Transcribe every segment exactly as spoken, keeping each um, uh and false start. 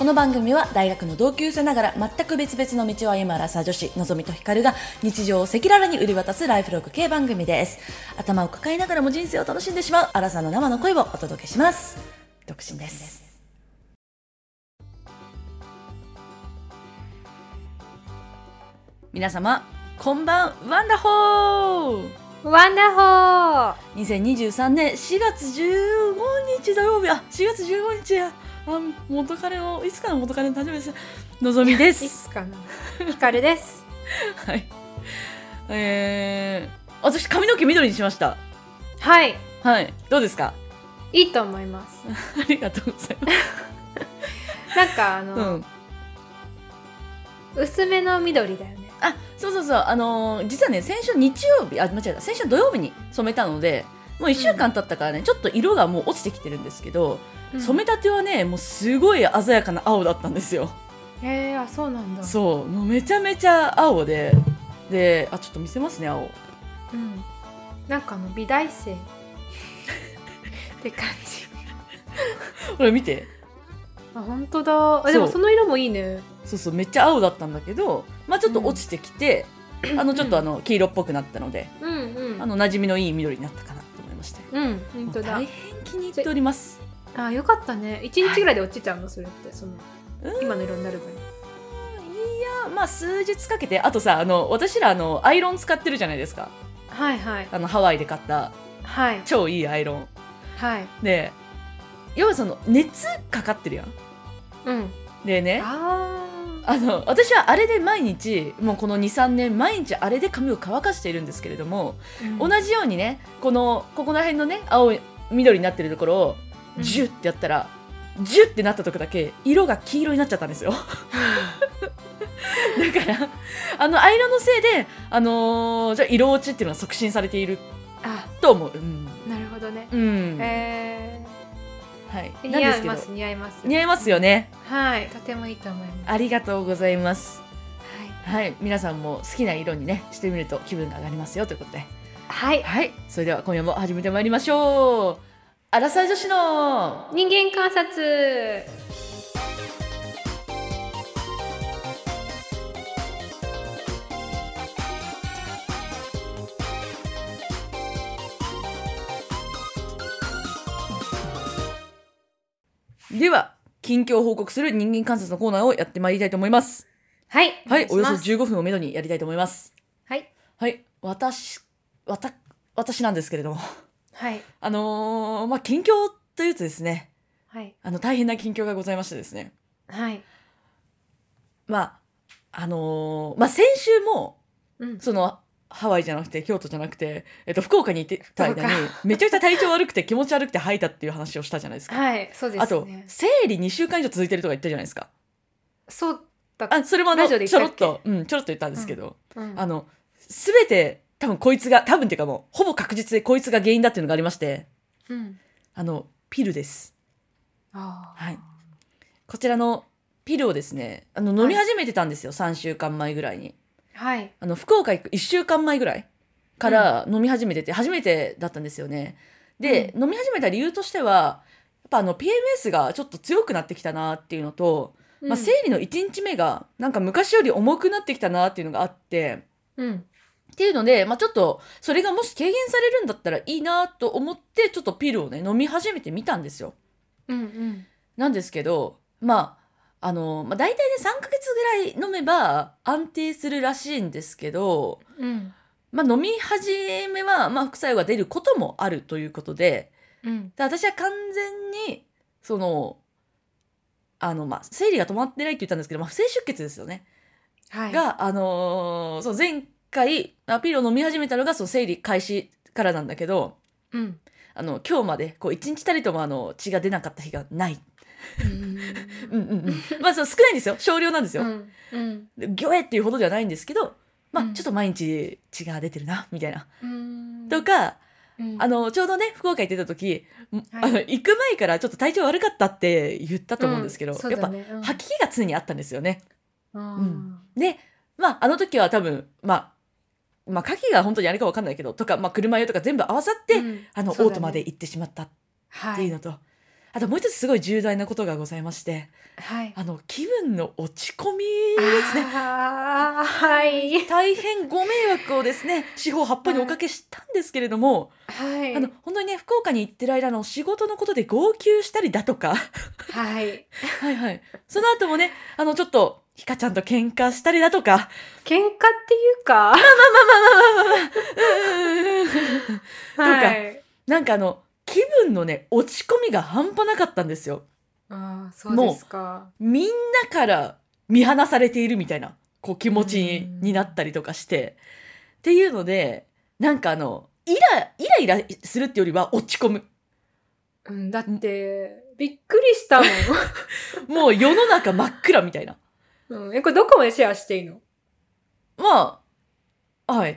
この番組は大学の同級生ながら全く別々の道を歩むアラサー女子のぞみとひかるが日常を赤裸々に売り渡すライフログ系番組です。頭を抱えながらも人生を楽しんでしまうアラサーの生の声をお届けします。独身です。皆様こんばんワンダホーワンダホーにせんにじゅうさんねんしがつじゅうごにち土曜日、あ、しがつじゅうごにちや、あ、元彼のいつかの元彼の誕生日です。のぞみです。 いつかなひかるですはい、えー、私髪の毛緑にしました。 はいはい、どうですか？ いいと思いますありがとうございますなんかあの、 うん、 薄めの緑だよね。 あ、そうそうそう、あのー、実はね先週日曜日、あ、間違えた、先週土曜日に染めたのでもういっしゅうかん経ったからね、うん、ちょっと色がもう落ちてきてるんですけど、うん、染めたてはねもうすごい鮮やかな青だったんですよ。 へえ、あ、そうなんだ。 そう、もうめちゃめちゃ青で、で、あ、ちょっと見せますね、青。 うん、なんかあの美大生って感じほら見て、 あ、本当だ。あ、でもその色もいいね。 そうそう、めっちゃ青だったんだけど、まあちょっと落ちてきて、うん、あのちょっとあの黄色っぽくなったので、うんうん、あの馴染みのいい緑になったかなと思いまして、うん、本当だ。大変気に入っております。 あ、よかったね。いちにちぐらいで落ちちゃうの、それってその今の色になる分。いや、まあ数日かけて、あとさ、あの私らあのアイロン使ってるじゃないですか。 はいはい。 あのハワイで買った、はい、超いいアイロン。はい。で、要はその熱かかってるやん。うん。でね、ああの私はあれで毎日もうこの にさんねん毎日あれで髪を乾かしているんですけれども、うん、同じようにね、このここら辺のね青い緑になってるところをジュッてやったら、うん、ジュッてなった時だけ色が黄色になっちゃったんですよだからあのアイロンのせいで、あのー、じゃあ色落ちっていうのは促進されていると思う。うん、 なるほどね。 うん、 えーはい、 似合います似合います似合いますよね。 はい、とてもいいと思います。 ありがとうございます。はい、はい、皆さんも好きな色にねしてみると気分が上がりますよということで、 はい、 はい、それでは今夜も始めてまいりましょう。アラサー女子の人間観察。 では近況を報告する人間観察のコーナーをやってまいりたいと思います。 はい、 はい、およそじゅうごふんをめどにやりたいと思います。 はいはい、私わた私なんですけれども、はい、あのー、まあ近況というとですね、はい、あの大変な近況がございましてですね、はい、まああのー、まあ先週も、うん、そのハワイじゃなくて京都じゃなくて、えっと、福岡に行ってた間にめちゃくちゃ体調悪くて気持ち悪くて吐いたっていう話をしたじゃないですか。 はい、そうですね。 あと生理にしゅうかん以上続いてるとか言ったじゃないですか。 そうだ。 あ、それもあのちょろっと、うん、ちょろっと言ったんですけど、うんうん、あの全て多分こいつが多分っていうかもうほぼ確実でこいつが原因だっていうのがありまして、うん、あのピルです。あ、はい、こちらのピルをですね、あの飲み始めてたんですよ、はい、さんしゅうかんまえぐらいに。はい、あの福岡行くいっしゅうかんまえぐらいから飲み始めてて、初めてだったんですよね。で、うん、飲み始めた理由としてはやっぱあの ピーエムエス がちょっと強くなってきたなっていうのと、うん、まあ、生理のいちにちめがなんか昔より重くなってきたなっていうのがあって、うん、っていうので、まあ、ちょっとそれがもし軽減されるんだったらいいなと思ってちょっとピルをね飲み始めてみたんですよ。うんうん、なんですけど、まああのまあ、大体ねさんかげつぐらい飲めば安定するらしいんですけど、うんまあ、飲み始めは、まあ、副作用が出ることもあるということで、うん、で私は完全にそのあの、まあ、生理が止まってないって言ったんですけど、まあ、不正出血ですよね、はい、が、あのー、そう前回ピルを飲み始めたのがその生理開始からなんだけど、うん、あの今日までこういちにちたりともあの血が出なかった日がない。うんうんうん、まあそう少ないんですよ、少量なんですよ、うんうん、ギョエっていうほどではないんですけど、まあ、ちょっと毎日血が出てるなみたいな、うん、とか、うん、あのちょうどね福岡行ってた時、はい、あの行く前からちょっと体調悪かったって言ったと思うんですけど、うんね、やっぱ、うん、吐き気が常にあったんですよね、うんうん、で、まあ、あの時は多分まあまあ、夏季が本当にあれか分かんないけどとか、まあ、車用とか全部合わさって、うん、あの、ね、オートまで行ってしまったっていうのと、はい、 あともう一つすごい重大なことがございまして、 はい。 あの気分の落ち込みですね。 ああ、はい。 大変ご迷惑をですね四方八方におかけしたんですけれども、 はい。 あの本当にね福岡に行ってる間の仕事のことで号泣したりだとかはい。 はいはい、その後もねあのちょっとひかちゃんと喧嘩したりだとか、 喧嘩っていうか、 とか、 はい。 なんかあの気分のね落ち込みが半端なかったんですよ。 ああ、そうですか。 みんなから見放されているみたいなこう気持ちにうんになったりとかして、っていうのでなんかあのイライライラするってよりは落ち込む。 うん、だってびっくりしたももう世の中真っ暗みたいな。 ん。うん、え、これどこまでシェアしていいの？ まあはい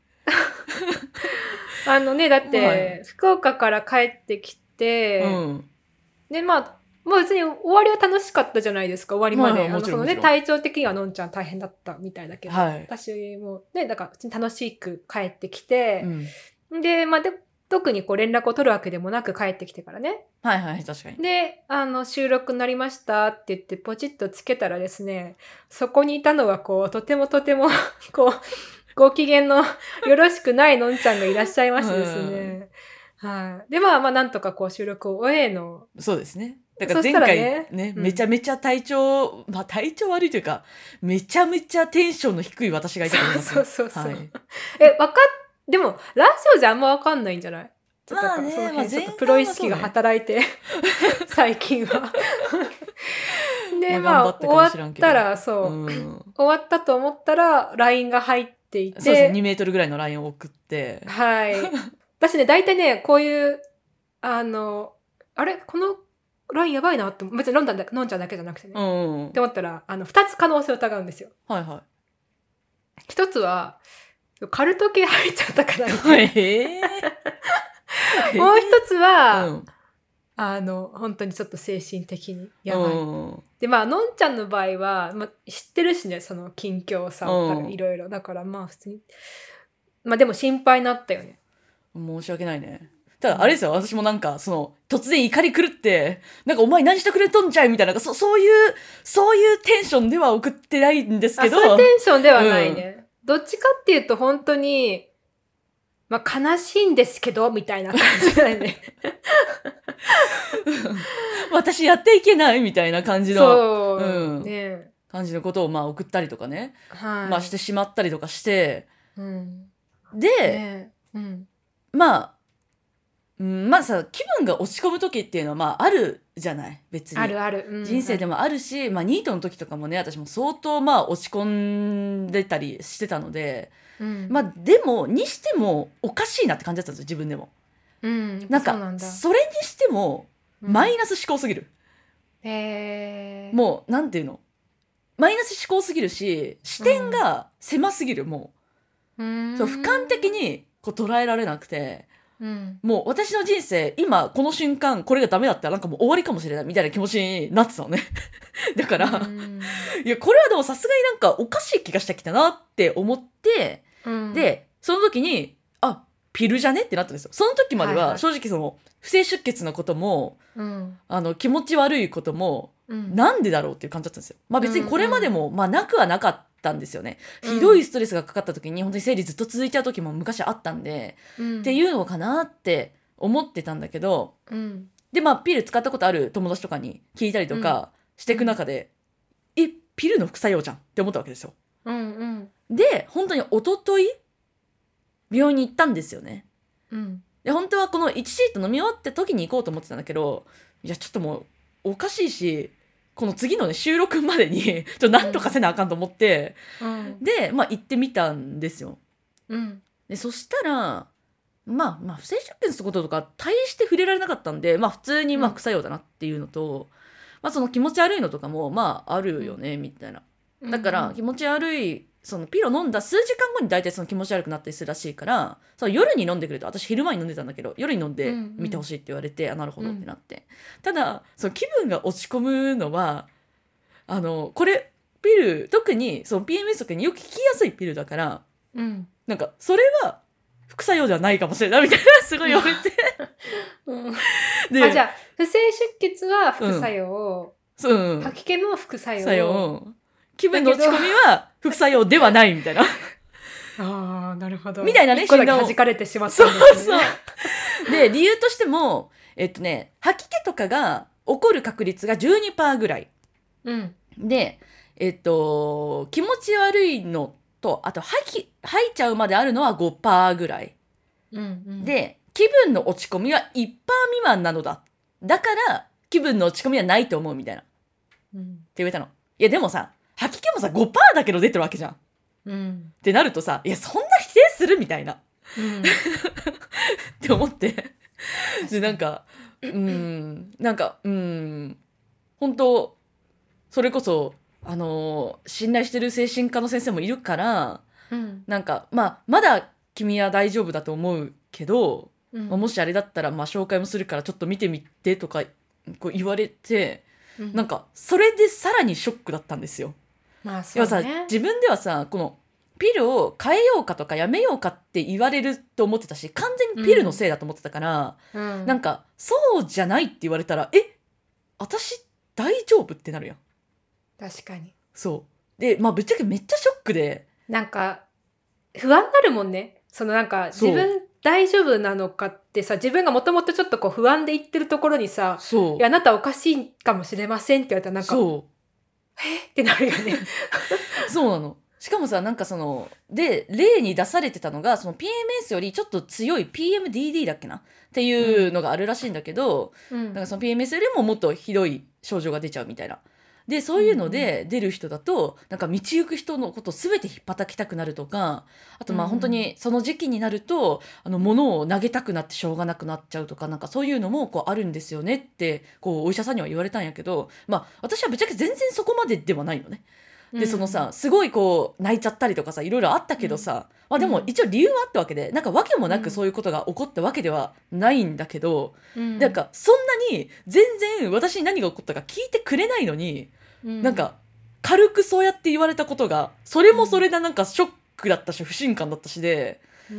あのね、だっはて福岡から帰ってきて、 うん、 でまあもう別に終わりは楽しかったじゃないですか、終わりまで。 はいはいあのそのね、 もちろんもちろん体調的にはのんちゃん大変だったみたいだけど、 はい私もね、だから普通に楽しく帰ってきて、 うん、 で、まあで、特にこう連絡を取るわけでもなく帰ってきてからね。 はいはい確かに。 で、あの、収録になりましたって言ってポチッとつけたらですね、そこにいたのはこう、とてもとても、こう、ご機嫌のよろしくないのんちゃんがいらっしゃいましてですね。はい。で、まあまあ、なんとかこう収録を終えの。 そうですね。だからそしたら前回ねね、 うんめちゃめちゃ体調、まあ体調悪いというか、めちゃめちゃテンションの低い私がいたと思いますね。 そうそうそうそうはい。 え、わかっ、でも、ラジオじゃあんまわかんないんじゃない？ちょっとだからまあねその辺まあちょっとプロ意識が働いて、最近は。で、 まあ頑張ったかもまあ終わしらんけどったら、そう、 うん終わったと思ったら ライン が入っていて、 そうですね、にメートルぐらいのラインを送って。 はい。私ね、大体ね、こういう、あの、あれこの ライン やばいなって、別に飲んだんだ、飲んじゃうだけじゃなくてね。 うん。 って思ったら、あの、二つ可能性を疑うんですよ。 はいは一つは、カルト系入っちゃったからみい。 たいへな。もう一つは、 うん。 あの、本当にちょっと精神的にやばい。 うん。 で、まあ、のんちゃんの場合は、まあ、知ってるしね、その近況さ、 うんいろいろ。だからまあ、普通に。まあ、でも心配になったよね。 申し訳ないね。ただあれですよ、私もなんかその突然怒り狂ってなんかお前何してくれとんじゃいみたいな、そそういうそういうテンションでは送ってないんですけど、 あ、そういうテンションではないね。どっちかっていうと本当に、まあ、悲しいんですけどみたいな感じだよね。 私やっていけないみたいな感じのそう、 うんね、 感じのことをまあ送ったりとかね、 はい、 まあしてしまったりとかして、 うん、 で、 ね、うん、 まあ、うん、まあさ気分が落ち込む時っていうのはまああるじゃない別に。 あるある、うん、 人生でもあるし、まあ、ニートの時とかもね私も相当まあ落ち込んでたりしてたので、 うん、 まあでもにしてもおかしいなって感じだったんですよ自分でも。 うん、 なんかそうなんだ。 それにしてもマイナス思考すぎる、 うん、へー、 もうなんていうのマイナス思考すぎるし視点が狭すぎる、もう、うん、そう俯瞰的にこう捉えられなくて、うん、もう私の人生今この瞬間これがダメだったらなんかもう終わりかもしれないみたいな気持ちになってたのねだから、うん、いやこれはでもさすがになんかおかしい気がしてきたなって思って、うん、でその時にあピルじゃねってなったんですよ。その時までは正直その不正出血のことも、はいはい、あの気持ち悪いことも、うん、なんでだろうっていう感じだったんですよ。まあ別にこれまでも、うんうん、まあなくはなかったんですよね。ひどいストレスがかかった時に本当に生理ずっと続いちゃう時も昔あったんで、うん、っていうのかなって思ってたんだけど、うん、でまあピル使ったことある友達とかに聞いたりとかしていく中で、うん、えピルの副作用じゃんって思ったわけですよ。うんうん、で本当に一昨日病院に行ったんですよね。うん、で本当はこのいちシート飲み終わった時に行こうと思ってたんだけど、いやちょっともうおかしいしこの次の、ね、収録までにちょっと何とかせなあかんと思って、うん、で、まあ、行ってみたんですよ。うん、でそしたら、まあ、まあ不正出血のこととか大して触れられなかったんで、まあ、普通にまあ副作用だなっていうのと、うんまあ、その気持ち悪いのとかもまああるよねみたいな。だから気持ち悪いそのピロ飲んだ数時間後に大体その気持ち悪くなったりするらしいから、その夜に飲んでくれと、私昼前に飲んでたんだけど夜に飲んでみてほしいって言われて、うんうん、あなるほどってなって、うん、ただその気分が落ち込むのはあのこれピル特にその ピーエムエス とかによく効きやすいピルだから、うん、なんかそれは副作用ではないかもしれないみたいなすごい言われて、 うん、であじゃあ不正出血は副作用、 そう、うん、 吐き気も副作用、 作用、気分の落ち込みは副作用ではないみたいなあーなるほどみたいなね、 一個だけ弾かれてしまったんですね。 そうそうで理由としてもえっとね吐き気とかが起こる確率が じゅうにパーセント ぐらい、 うん、 でえっと気持ち悪いのとあと吐き吐いちゃうまであるのは ごパーセント ぐらい、 うんうん、 で気分の落ち込みは いちパーセント 未満なのだ、だから気分の落ち込みはないと思うみたいな、うん、って言われたの。いやでもさ吐き気もさ ごパーセント だけど出てるわけじゃん、うん、ってなるとさいやそんな否定するみたいな、うん、って思ってでなんかうーんなんかうーん本当それこそあのー信頼してる精神科の先生もいるから、うん、なんかまあまだ君は大丈夫だと思うけど、うんまあ、もしあれだったらまあ紹介もするからちょっと見てみてとかこう言われて、うん、なんかそれでさらにショックだったんですよ。まあそうね、要はさ自分ではさこのピルを変えようかとかやめようかって言われると思ってたし完全にピルのせいだと思ってたから、うん、なんかそうじゃないって言われたらえ私大丈夫ってなるやん。 確かに。 そうでまあぶっちゃけめっちゃショックでなんか不安になるもんね。そのなんか自分大丈夫なのかってさ自分がもともとちょっとこう不安で言ってるところにさそういやあなたおかしいかもしれませんって言われたらなんかそうえってなるよね。 そうなの。しかもさなんかそので例に出されてたのがその ピーエムエス よりちょっと強い ピーエムディーディー だっけなっていうのがあるらしいんだけど、うん、なんかその ピーエムエス よりももっとひどい症状が出ちゃうみたいな。でそういうので出る人だと、なんか道行く人のことを全てひっぱたきたくなるとか、あとまあ本当にその時期になると、あの物を投げたくなってしょうがなくなっちゃうとか、なんかそういうのもこうあるんですよねってこうお医者さんには言われたんやけど、まあ私はぶっちゃけ全然そこまでではないのね。でそのさすごいこう泣いちゃったりとかさいろいろあったけどさ、うんまあ、でも一応理由はあったわけで、なんか訳もなくそういうことが起こったわけではないんだけど、うん、なんかそんなに全然私に何が起こったか聞いてくれないのに、うん、なんか軽くそうやって言われたことがそれもそれでなんかショックだったし不信感だったしで、うん、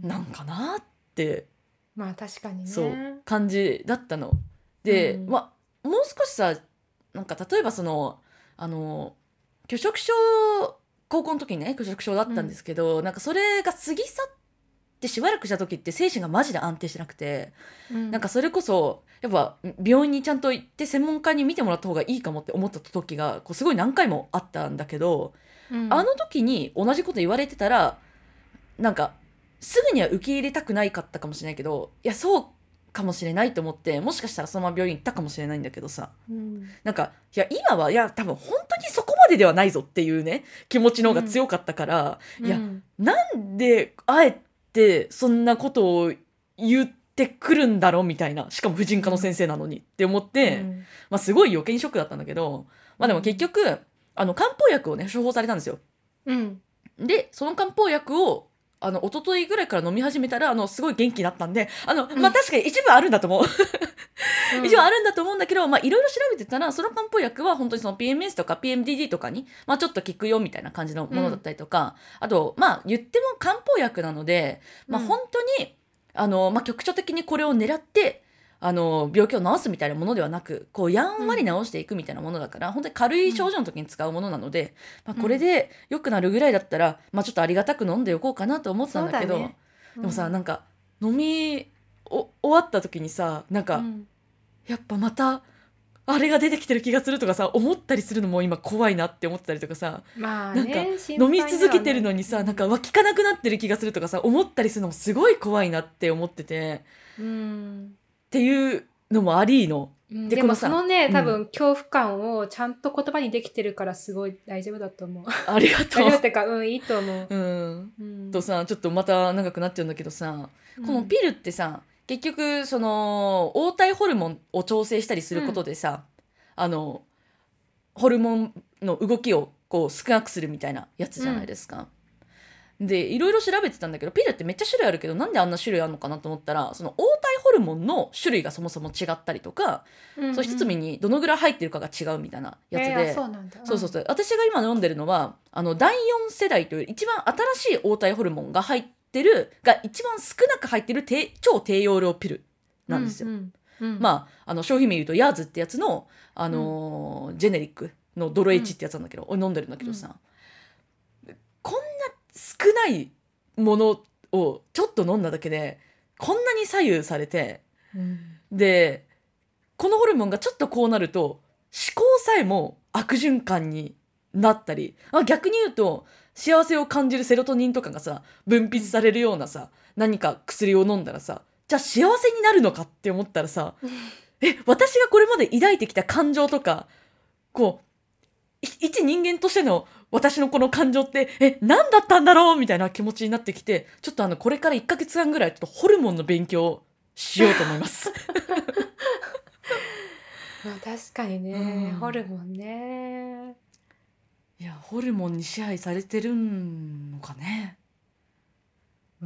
なんかなってまあ確かにねそう感じだったので、うんまあ、もう少しさなんか例えばそのあの拒食症高校の時にね拒食症だったんですけど、うん、なんかそれが過ぎ去ってしばらくした時って精神がマジで安定してなくて、うん、なんかそれこそやっぱ病院にちゃんと行って専門家に見てもらった方がいいかもって思った時がこうすごい何回もあったんだけど、うん、あの時に同じこと言われてたらなんかすぐには受け入れたくないかったかもしれないけど、いやそうかもしれないと思ってもしかしたらそのまま病院行ったかもしれないんだけどさ、うん、なんかいや今はいや多分本当にそこまでではないぞっていうね気持ちの方が強かったから、うん、いや、うん、なんであえてそんなことを言ってくるんだろうみたいな、しかも婦人科の先生なのにって思って、うんまあ、すごい余計にショックだったんだけど、まあ、でも結局あの漢方薬をね処方されたんですよ、うん、でその漢方薬をあの一昨日ぐらいから飲み始めたらあのすごい元気になったんで、あの、まあ、確かに一部あるんだと思う、うん、一部あるんだと思うんだけど、まあいろいろ調べてたらその漢方薬は本当にその ピーエムエス とか ピーエムディーディー とかに、まあ、ちょっと効くよみたいな感じのものだったりとか、うん、あとまあ言っても漢方薬なので、まあ、本当に、あの、まあ、局所的にこれを狙ってあの病気を治すみたいなものではなくこうやんわり治していくみたいなものだから、うん、本当に軽い症状の時に使うものなので、うんまあ、これで良くなるぐらいだったら、まあ、ちょっとありがたく飲んでおこうかなと思ったんだけど、ねうん、でもさなんか飲みお終わった時にさなんか、うん、やっぱまたあれが出てきてる気がするとかさ思ったりするのも今怖いなって思ってたりとかさ、まあね、なんか飲み続けてるのにさ、うん、なんか湧きかなくなってる気がするとかさ思ったりするのもすごい怖いなって思ってて、うんっていうのもありの、 うん、で, でもそのね、うん、多分恐怖感をちゃんと言葉にできてるからすごい大丈夫だと思う。 ありがとう。 ありがとうか、うんいいと思う。 うん。うん、とさちょっとまた長くなっちゃうんだけどさ、うん、このピルってさ結局その黄体ホルモンを調整したりすることでさ、うん、あのホルモンの動きをこう少なくするみたいなやつじゃないですか。うんでいろいろ調べてたんだけどピルってめっちゃ種類あるけどなんであんな種類あるのかなと思ったらその黄体ホルモンの種類がそもそも違ったりとか、うんうん、その一つにどのぐらい入ってるかが違うみたいなやつで、えー、そうなんだ、うん、そうそうそう私が今飲んでるのはあのだいよん世代という一番新しい黄体ホルモンが入ってるが一番少なく入ってる低超低用量ピルなんですよ、うんうんうん、 まあ、あの商品名言うとヤーズってやつの、あのーうん、ジェネリックのドロエイチってやつなんだけど、うん、飲んでるんだけどさ、うん、こんな少ないものをちょっと飲んだだけでこんなに左右されて、 うん、 でこのホルモンがちょっとこうなると思考さえも悪循環になったり、あ、逆に言うと幸せを感じるセロトニンとかがさ分泌されるようなさ何か薬を飲んだらさ、じゃあ幸せになるのかって思ったらさえ、私がこれまで抱いてきた感情とかこう一人間としての私のこの感情ってえ何だったんだろうみたいな気持ちになってきて、ちょっとあのこれからいっかげつかんぐらいちょっとホルモンの勉強をしようと思いますまあ確かにね、うん、ホルモンね。 いやホルモンに支配されてるのかね、 うん、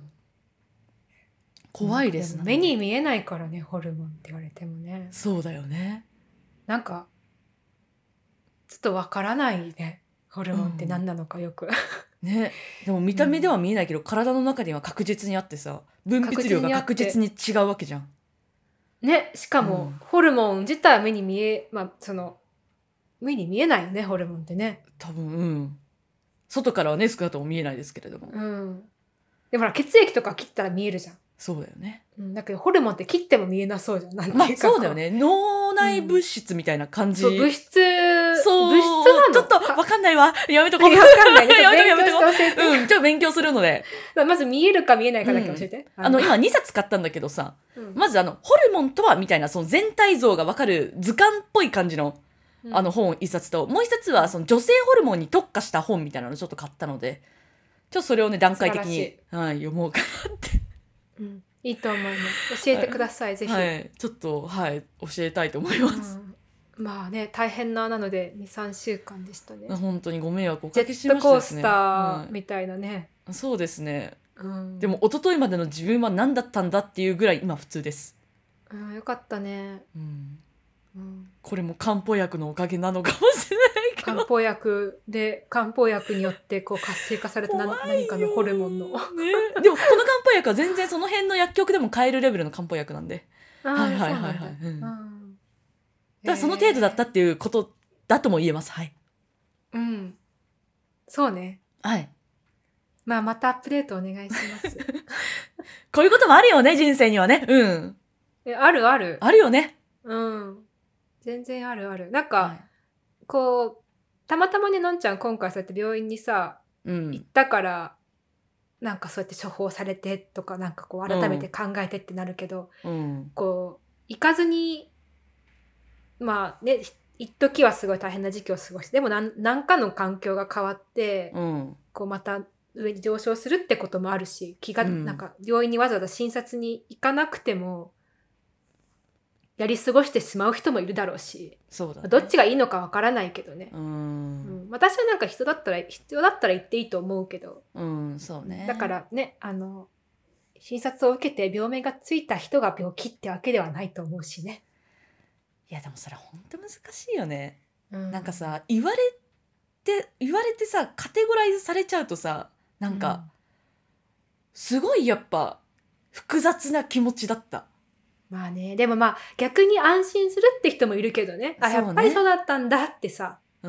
怖いですね。 目に見えないからねホルモンって言われてもね。 そうだよね。 なんかちょっとわからないねホルモンって何なのかよく、 うん、ね。でも見た目では見えないけど、うん、体の中には確実にあってさ分泌量が確実に違うわけじゃんね。しかも、うん、ホルモン自体は目に見えまあその目に見えないよねホルモンってね。 多分、うん、外からはね少なくとも見えないですけれども、 うん、でもほら血液とか切ったら見えるじゃん。 そうだよね、 うん、だけどホルモンって切っても見えなそうじゃん。なんていうか、まあ、 そうだよね。脳内物質みたいな感じ、 うん、そう物質そう物質なのちょっと分かんないわやめとこう分かんないねやめとこうやめとこう、 勉強して教えて、 うん、ちょっと勉強するのでまず見えるか見えないかだけ教えて、 うん、あの今にさつ買ったんだけどさ、うん、まずあのホルモンとはみたいなその全体像が分かる図鑑っぽい感じのあの本一冊と、もう一冊はその女性ホルモンに特化した本みたいなのをちょっと買ったので、ちょっとそれをね段階的に、はい、読もうかなって、 うん、いいと思います。教えてください、はい、ぜひ、 はい、ちょっとはい教えたいと思います、 うん、まあね大変ななので にさんしゅうかんでしたね。 本当にご迷惑おかけしましたですね。 ジェットコースターみたいなね、 はい、そうですね、 うん、 でも一昨日までの自分は何だったんだっていうぐらい今普通です、 うん、よかったね、 うんうん、これも漢方薬のおかげなのかもしれないけど、 漢方薬で漢方薬によってこう活性化された何かのホルモンの、ね、 でもこの漢方薬は全然その辺の薬局でも買えるレベルの漢方薬なんで、はいはいはいはい、うん、だからその程度だったっていうことだとも言えます。はい、 うん、そうね、 はい、 まあまたアップデートお願いしますこういうこともあるよね人生にはね、うん、 えあるあるあるよね、 うん、全然あるある。なんか、はい、こうたまたまねのんちゃん今回そうやって病院にさ、うん、行ったからなんかそうやって処方されてとかなんかこう改めて考えてってなるけど、うん、こう行かずにまあね一時はすごい大変な時期を過ごして、でも何何かの環境が変わって、うん、こうまた上に上昇するってこともあるし、気が、うん、なんか病院にわざわざ診察に行かなくてもやり過ごしてしまう人もいるだろうし、 そうだね、 どっちがいいのかわからないけどね、うんうん、私はなんか人だったら必要だったら行っていいと思うけど、 うん、そうね、 だからねあの診察を受けて病名がついた人が病気ってわけではないと思うしね。 いやでもそれ本当難しいよね、うん、なんかさ言われて言われてさカテゴライズされちゃうとさなんか、うん、すごいやっぱ複雑な気持ちだった。 まあね、でもまあ逆に安心するって人もいるけどね、あ、やっぱりそうだったんだってさ、うん、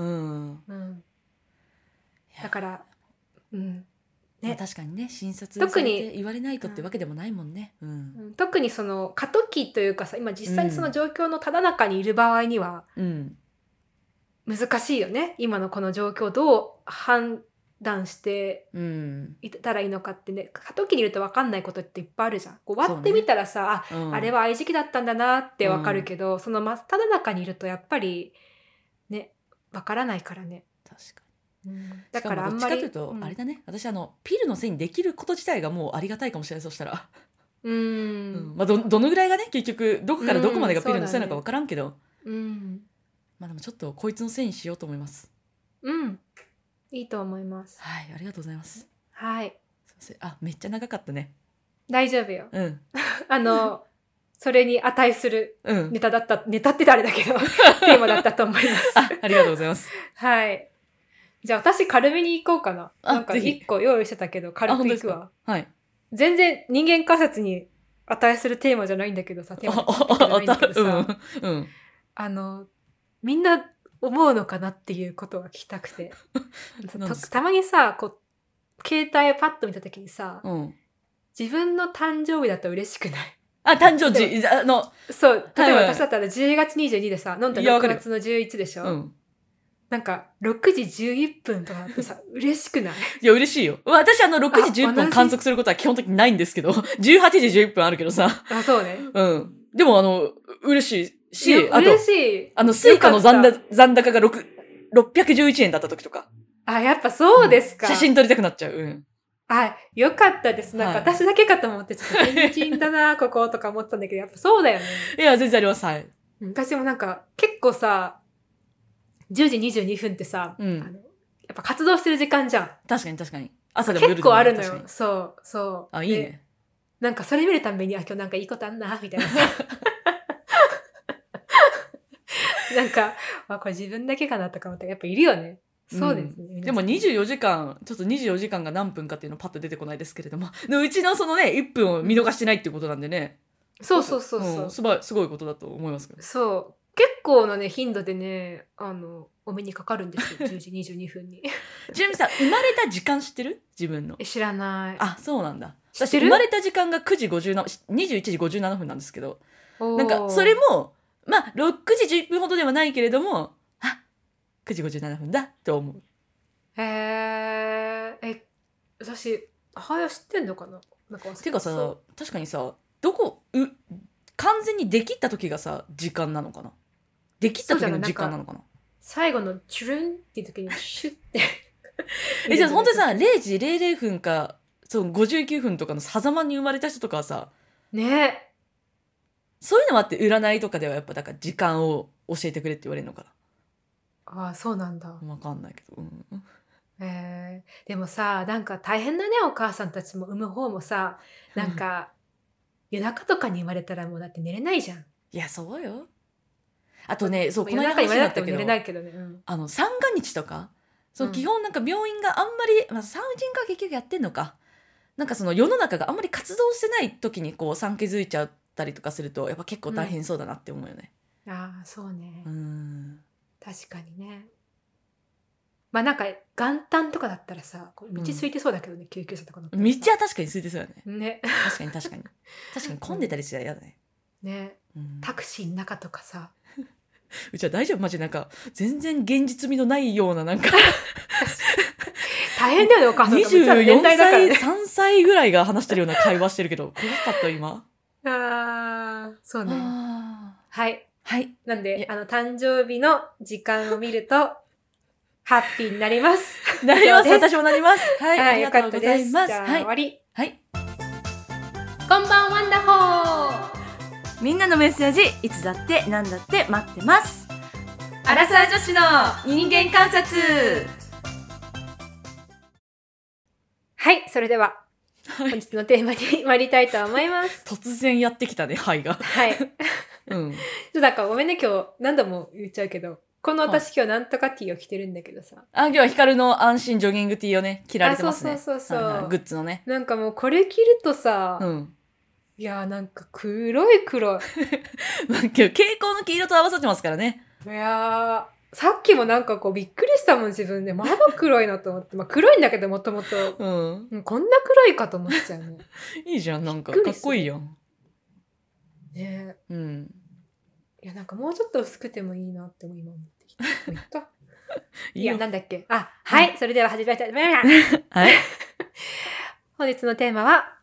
うん、だからうんね、確かにね診察されて言われないとってわけでもないもんね、うんうん、 特にその過渡期というかさ今実際にその状況のただ中にいる場合には、うん、難しいよね。今のこの状況をどう判断していたらいいのかってね、過渡期にいると分かんないことっていっぱいあるじゃん。こう割ってみたらさ、ね、あ、うん、あれはああいう時期だったんだなって分かるけど、うん、その真っただ中にいるとやっぱりね分からないからね。 確かに。うん、だからあんまりどっちかというと、うん、あれだね、私あのピルのせいにできること自体がもうありがたいかもしれない。そしたらうーん、うんまあ、ど, どのぐらいがね結局どこからどこまでがピルのせいなのか分からんけど、うん、まあでもちょっとこいつのせいにしようと思います。 うんいいと思います。 はい、ありがとうございます。 はい、 すいません。あ、めっちゃ長かったね。 大丈夫よ、 うん、 あのそれに値するネタだった、うん、ネタって誰だけどテーマだったと思います。 あ, ありがとうございます。 はい、じゃあ私軽めに行こうかな。なんかいっこ用意してたけど軽くいくわ。 はい。 全然人間観察に値するテーマじゃないんだけどさ、テーマじゃないんだけどさ、 うんうん、 あのみんな思うのかなっていうことが聞きたくてた, たまにさこう携帯をパッと見た時にさ、 うん、 自分の誕生日だと嬉しくない？ あ、誕生日あのそう例えば私だったらじゅうがつにじゅうにでさ、飲んだろくがつのじゅういちでしょ、うん、なんかろくじじゅういっぷんとかだってさ嬉しくない？いや嬉しいよ。私あのろくじじゅっぷん観測することは基本的にないんですけどじゅうはちじじゅういっぷんあるけどさ、 あそうね、 うん、でもあの嬉しいし、 あと嬉しい、 あのスイカの残高残高がろっぴゃくじゅういちえんだった時とか、 あやっぱそうですか、 うん、写真撮りたくなっちゃう、うん、 あよかったです。なんか私だけかと思ってちょっと天神だなこことか思ったんだけど、やっぱそうだよね。 いや全然あります。はい。 私もなんか結構さじゅうじにじゅうにふんってさ、 うん、 あのやっぱ活動してる時間じゃん。 確かに確かに。朝でも夜でも結構あるのよ。そうそう。 あいいね。 なんかそれ見るたびにあ今日なんかいいことあんなみたいなさ。なんかあこれ自分だけかなとか思ったらやっぱいるよね。そうですね、 うん、でもにじゅうよじかんちょっとにじゅうよじかんが何分かっていうのパッと出てこないですけれども、うちのそのねいっぷんを見逃してないっていうことなんでね、 うん、そうそうそうそう、 うん、すごいすごいことだと思いますけど、 そう結構なね頻度でねあのお目にかかるんですよじゅうじにじゅうにふんにちなみにさ生まれた時間知ってる？自分の。 え知らない。 あそうなんだ。私生まれた時間がくじごじゅうなな にじゅういちじごじゅうななふんなんですけど、なんかそれもまあろくじじゅういっぷんほどではないけれども、あくじごじゅうななふんだと思う。 へーえ私母親知ってんのかな。なんかてかさ確かにさどこう完全にできった時がさ時間なのかな。できった時の時間なのかな。 最後のチュルンっていう時にシュッてえじゃあ本当にされいじれいれいふんかそうごじゅうきゅうふんとかの狭間に生まれた人とかはさね、 そういうのもあって占いとかではやっぱだから時間を教えてくれって言われるのかな。あそうなんだ。 わかんないけど、うん、 えー、でもさなんか大変だねお母さんたちも産む方もさなんか、うん、夜中とかに生まれたらもうだって寝れないじゃん。いやそうよ。あとねそうこの間話になったけど、寝れないけどね、うん、 あの三が日とかそう、うん、基本なんか病院があんまり、まあ、産婦人科は結局やってんのかなんかその世の中があんまり活動してない時にこう産気づいちゃったりとかするとやっぱ結構大変そうだなって思うよね、 うん、ああそうね、 うん確かにね。まあなんか元旦とかだったらさ道空いてそうだけどね、うん、救急車とか乗って道は確かに空いてそうよね。 ね確かに確かに確かに混んでたりしたら嫌だね、 うん、ね、うん、タクシーの中とかさうちは大丈夫マジなんか全然現実味のないようななんか大変だよねお母さんにじゅうよんさいさんさいぐらいが話してるような会話してるけど怖かった今。 あーそうね。はいはいなんであの誕生日の時間を見るとハッピーになりますなります私もなりますはい、 はい、 ありがとうございます。 じゃあ、はい、終わり。 はい。 こんばんワンダホー。 みんなのメッセージいつだってなんだって待ってます。 アラサー女子の人間観察。はいそれでは、はい、本日のテーマに参りたいと思います。 突然やってきたねはいがはい、うん、ちょっとなんかごめんね今日何度も言っちゃうけどこの私今日なんとかティーを着てるんだけどさ、 あ今日はヒカルの安心ジョギングティーをね着られてますね。 そうそうそうそう、はいはい、 グッズのね。 なんかもうこれ着るとさ、うん、いやなんか黒い黒いまあ今日蛍光の黄色と合わさってますからね。 いやさっきもなんかこうびっくりしたもん自分でまだ黒いなと思ってまあ黒いんだけどもともとこんな黒いかと思っちゃうねいいじゃんなんかかっこいいやんねえ、うん、 いやなんかもうちょっと薄くてもいいなって今思ってきたい, いやなんだっけあはい、はい、それでは始めたいと思いますはい本日のテーマは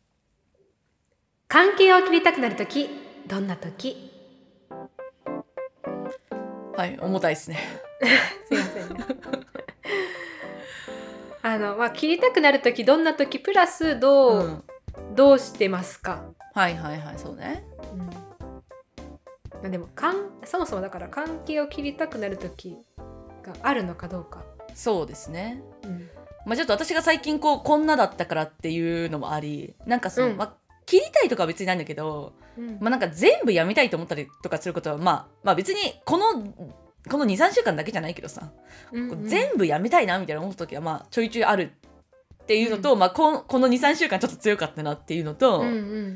関係を切りたくなるときどんなとき。 はい重たいですねすいませんねあの、まあ、切りたくなるときどんなときプラスどう、うん、どうしてますか。 はいはいはいそうね、 うん、でもかんそもそもだから関係を切りたくなるときがあるのかどうか。 そうですね、うんまあ、ちょっと私が最近こうこんなだったからっていうのもありなんかその、うんまあ、切りたいとかは別にないんだけど、うんまあ、なんか全部やめたいと思ったりとかすることは、まあ、まあ別にこのこの にさんしゅうかんだけじゃないけどさ、うんうん、全部やめたいなみたいな思う時はまあちょいちょいあるっていうのと、うんまあ、こ, この にさんしゅうかんちょっと強かったなっていうのと、うんうん、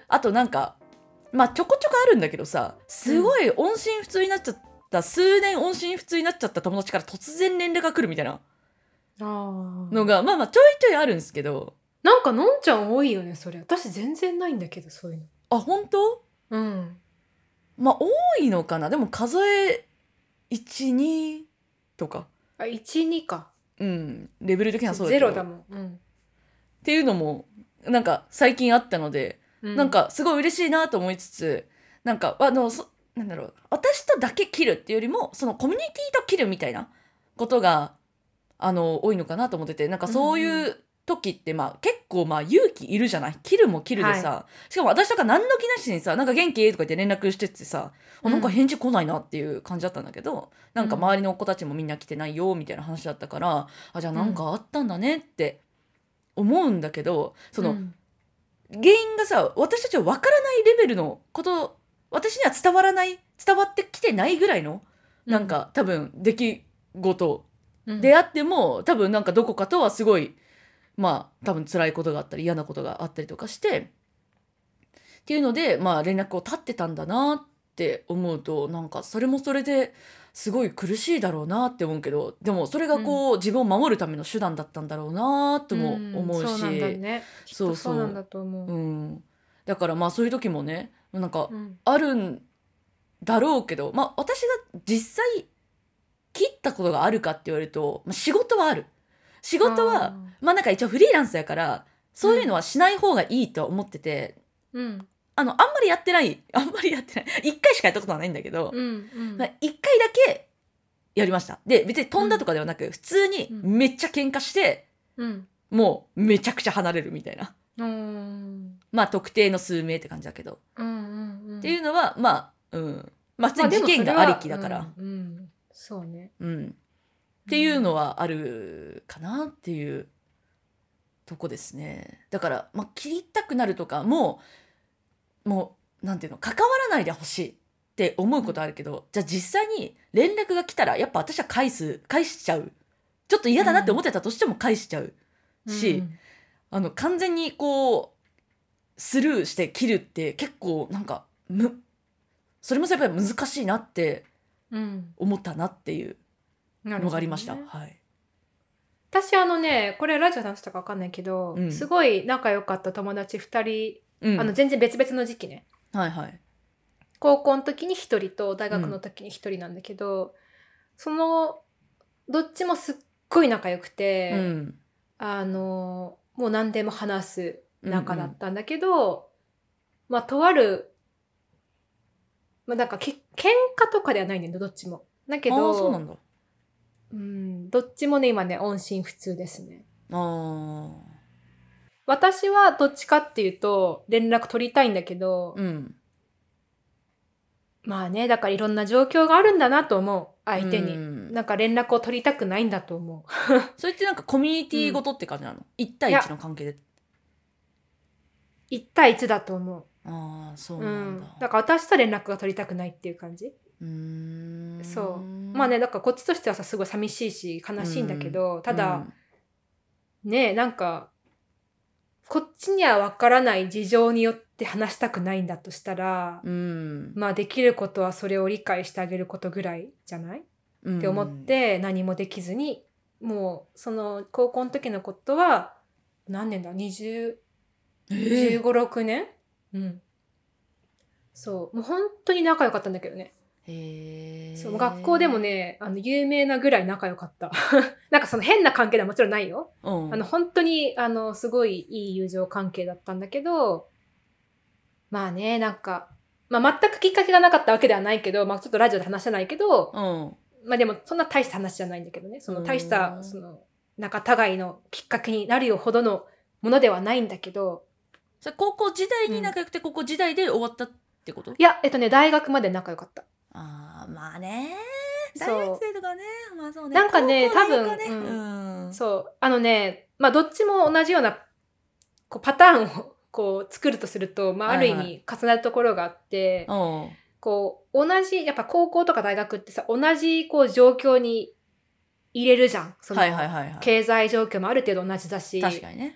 あとなんかまあちょこちょこあるんだけどさ、すごい音信不通になっちゃった、うん、数年音信不通になっちゃった友達から突然連絡が来るみたいなのがまあまあちょいちょいあるんですけど、 なんかのんちゃん多いよねそれ。私全然ないんだけどそういうの。 あ、本当？ うん。 まあ多いのかな。でも数えいち、にとか。 あ、いち、にか。 うん、レベル的にはそうだけど。 ゼロだもん。うん。 っていうのもなんか最近あったので、うん、なんかすごい嬉しいなと思いつつ、なんかあのそなんだろう、私とだけ切るっていうよりもそのコミュニティと切るみたいなことがあの多いのかなと思ってて、なんかそういう時ってまあ結構まあ勇気いるじゃない。切るも切るでさ、はい、しかも私とか何の気なしにさ、なんか元気とか言って連絡してってさ、うん、なんか返事来ないなっていう感じだったんだけど、なんか周りの子たちもみんな来てないよみたいな話だったから、あ、じゃあなんかあったんだねって思うんだけど、その、うん、原因がさ、私たちは分からないレベルのこと、私には伝わらない、伝わってきてないぐらいの、なんか、うん、多分出来事であっても、うん、多分なんかどこかとはすごいまあ多分辛いことがあったり嫌なことがあったりとかしてっていうので、まあ連絡を絶ってたんだなって思うと、なんかそれもそれですごい苦しいだろうなって思うけど、でもそれがこう、うん、自分を守るための手段だったんだろうなとも思うし、うん、そうなんだね。 きっとそうなんだと思う。 そうそう、うん、だからまあそういう時もね、なんかあるんだろうけど、まあ私が実際切ったことがあるかって言われると、まあ、仕事はある。仕事はまあなんか一応フリーランスやからそういうのはしない方がいいと思ってて、うん、あのあんまりやってないあんまりやってないいっかいしかやったことはないんだけど、うんうんまあ、いっかいだけやりました。で別に飛んだとかではなく、うん、普通にめっちゃ喧嘩して、うん、もうめちゃくちゃ離れるみたいな、うん、まあ特定の数名って感じだけど、うんうんうん、っていうのはまあうんまあ普通に事件がありきだから、まあうんうん、そうね、 うんっていうのはあるかなっていうとこですね。だから、まあ、切りたくなるとかももうなんていうの、関わらないでほしいって思うことあるけど、うん、じゃあ実際に連絡が来たらやっぱ私は返す返しちゃう。ちょっと嫌だなって思ってたとしても返しちゃうし、うん、あの完全にこうスルーして切るって結構なんかむそれもやっぱり難しいなって思ったなっていうのがありました。ね、はい。 私あのね、これラジオで話したか分かんないけど、うん、すごい仲良かった友達ふたり、うん、あの全然別々の時期ね。 はいはい。 高校の時にひとりと大学の時にひとりなんだけど、うん、そのどっちもすっごい仲良くて、うん、あのもう何でも話す仲だったんだけど、うんうん、まあとある、まあなんかけ喧嘩とかではないんだよどっちも。だけど、 あ、そうなんだ。 うん、どっちもね今ね音信不通ですね。あ、私はどっちかっていうと連絡取りたいんだけど、うん、まあねだからいろんな状況があるんだなと思う相手に、うん、なんか連絡を取りたくないんだと思う。 それってなんかコミュニティごとって感じなの、うん、いち対いちの関係で。 いち対いちだと思う。 ああ、そうなんだ、 うん、だから私と連絡が取りたくないっていう感じ。うーん、そうまあねだからこっちとしてはさすごい寂しいし悲しいんだけど、ただ、うん、ねなんかこっちには分からない事情によって話したくないんだとしたら、うん、まあできることはそれを理解してあげることぐらいじゃない、うん、って思って何もできずに、もうその高校の時のことは何年だにじゅう、えー、じゅうご、ろくねん、うん、そうもう本当に仲良かったんだけどね。へー、そう学校でもねあの有名なぐらい仲良かったなんかその変な関係ではもちろんないよ、うん、あの本当にあのすごいいい友情関係だったんだけど、まあねなんか、まあ、全くきっかけがなかったわけではないけど、まあ、ちょっとラジオで話せないけど、うん、まあでもそんな大した話じゃないんだけどね、その大したその仲違いのきっかけになるよほどのものではないんだけど。 それ高校時代に仲良くて、うん、高校時代で終わったってこと？ いやえっとね大学まで仲良かった。 あまあね大学生とかね、まあそうね、 なんかね多分、ねうんうん、そうあのねまあどっちも同じようなこうパターンをこう作るとすると、まあ、ある意味重なるところがあって、はいはい、こう同じやっぱ高校とか大学ってさ同じこう状況に入れるじゃん。その経済状況もある程度同じだし、 確かにね。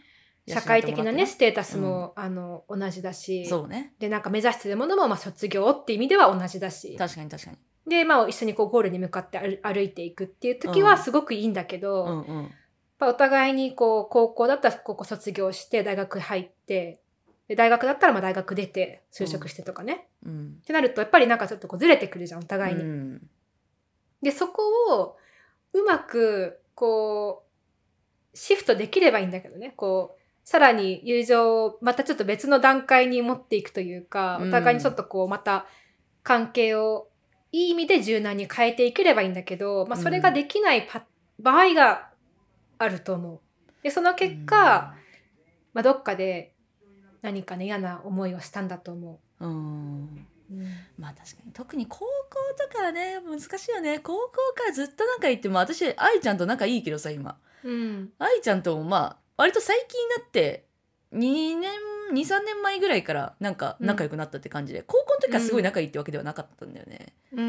社会的なねステータスも、うん、あの同じだし、 そうね、 でなんか目指してるものもまあ卒業っていう意味では同じだし、 確かに確かに、 でまあ一緒にこうゴールに向かって歩いていくっていう時はすごくいいんだけど、うんうんうん、お互いにこう高校だったら高校卒業して大学入ってで大学だったらまあ大学出て就職してとかね、うんうん、ってなるとやっぱりなんかちょっとこうずれてくるじゃんお互いに、うん、でそこをうまくこうシフトできればいいんだけどね、こうさらに友情をまたちょっと別の段階に持っていくというか、お互いにちょっとこうまた関係をいい意味で柔軟に変えていければいいんだけど、まあ、それができないパ、うん、場合があると思う。でその結果、うんまあ、どっかで何かね嫌な思いをしたんだと思う。うんうんまあ確かに特に高校とかね難しいよね。高校からずっと仲いいって、まあ、私愛ちゃんと仲いいけどさ今、うん、愛ちゃんともまあ割と最近になってにねん にさんねんまえぐらいからなんか仲良くなったって感じで、うん、高校の時からすごい仲いいってわけではなかったんだよね、うん、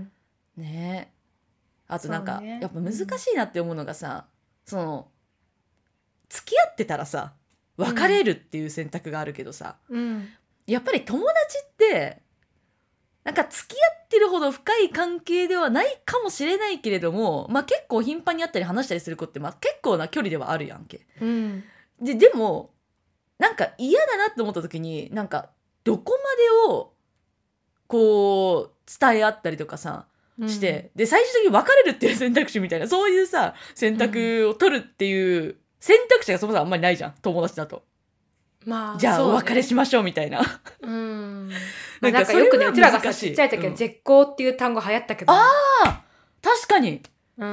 ねえあとなんか、ね、やっぱ難しいなって思うのがさ、うん、その付き合ってたらさ別れるっていう選択があるけどさ、うん、やっぱり友達ってなんか付き合ってるほど深い関係ではないかもしれないけれども、まあ、結構頻繁に会ったり話したりする子って、まあ、結構な距離ではあるやんけ、うん、で, でもなんか嫌だなって思った時になんかどこまでをこう伝え合ったりとかさして、うん、で最終的に別れるっていう選択肢みたいなそういうさ選択を取るっていう選択肢がそもそもあんまりないじゃん友達だと。まあ、じゃあお別れしましょうみたいな。うん。 まあ、なんかよくねうちらがさちっちゃい時は絶交っていう単語流行ったけど、ね、 うん、ああ確かに、うん、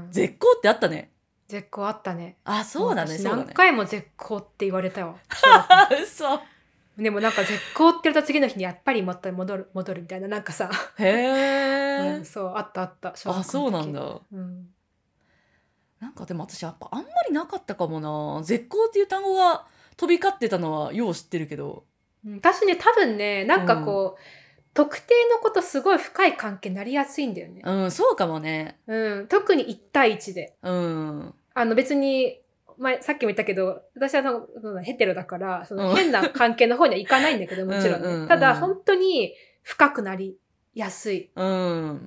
絶交ってあったね。 絶交あったね。 あそうだね。 何回も絶交って言われたわ。 嘘。 でもなんか絶交って言うと次の日にやっぱりまた戻る戻るみたいななんかさ。へえ、うん。そうあったあった。 あそうなんだ。うん。なんかでも私やっぱあんまりなかったかもな。絶交っていう単語が飛び交ってたのはよう知ってるけど、 私ね多分ねなんかこう、うん、特定のことすごい深い関係になりやすいんだよね。 うんそうかもね。 うん、特にいち対いちで、うん、あの別に、まあ、さっきも言ったけど私はのヘテロだからその変な関係の方にはいかないんだけどもちろんね、うんうんうん、ただ本当に深くなりやすい、うん、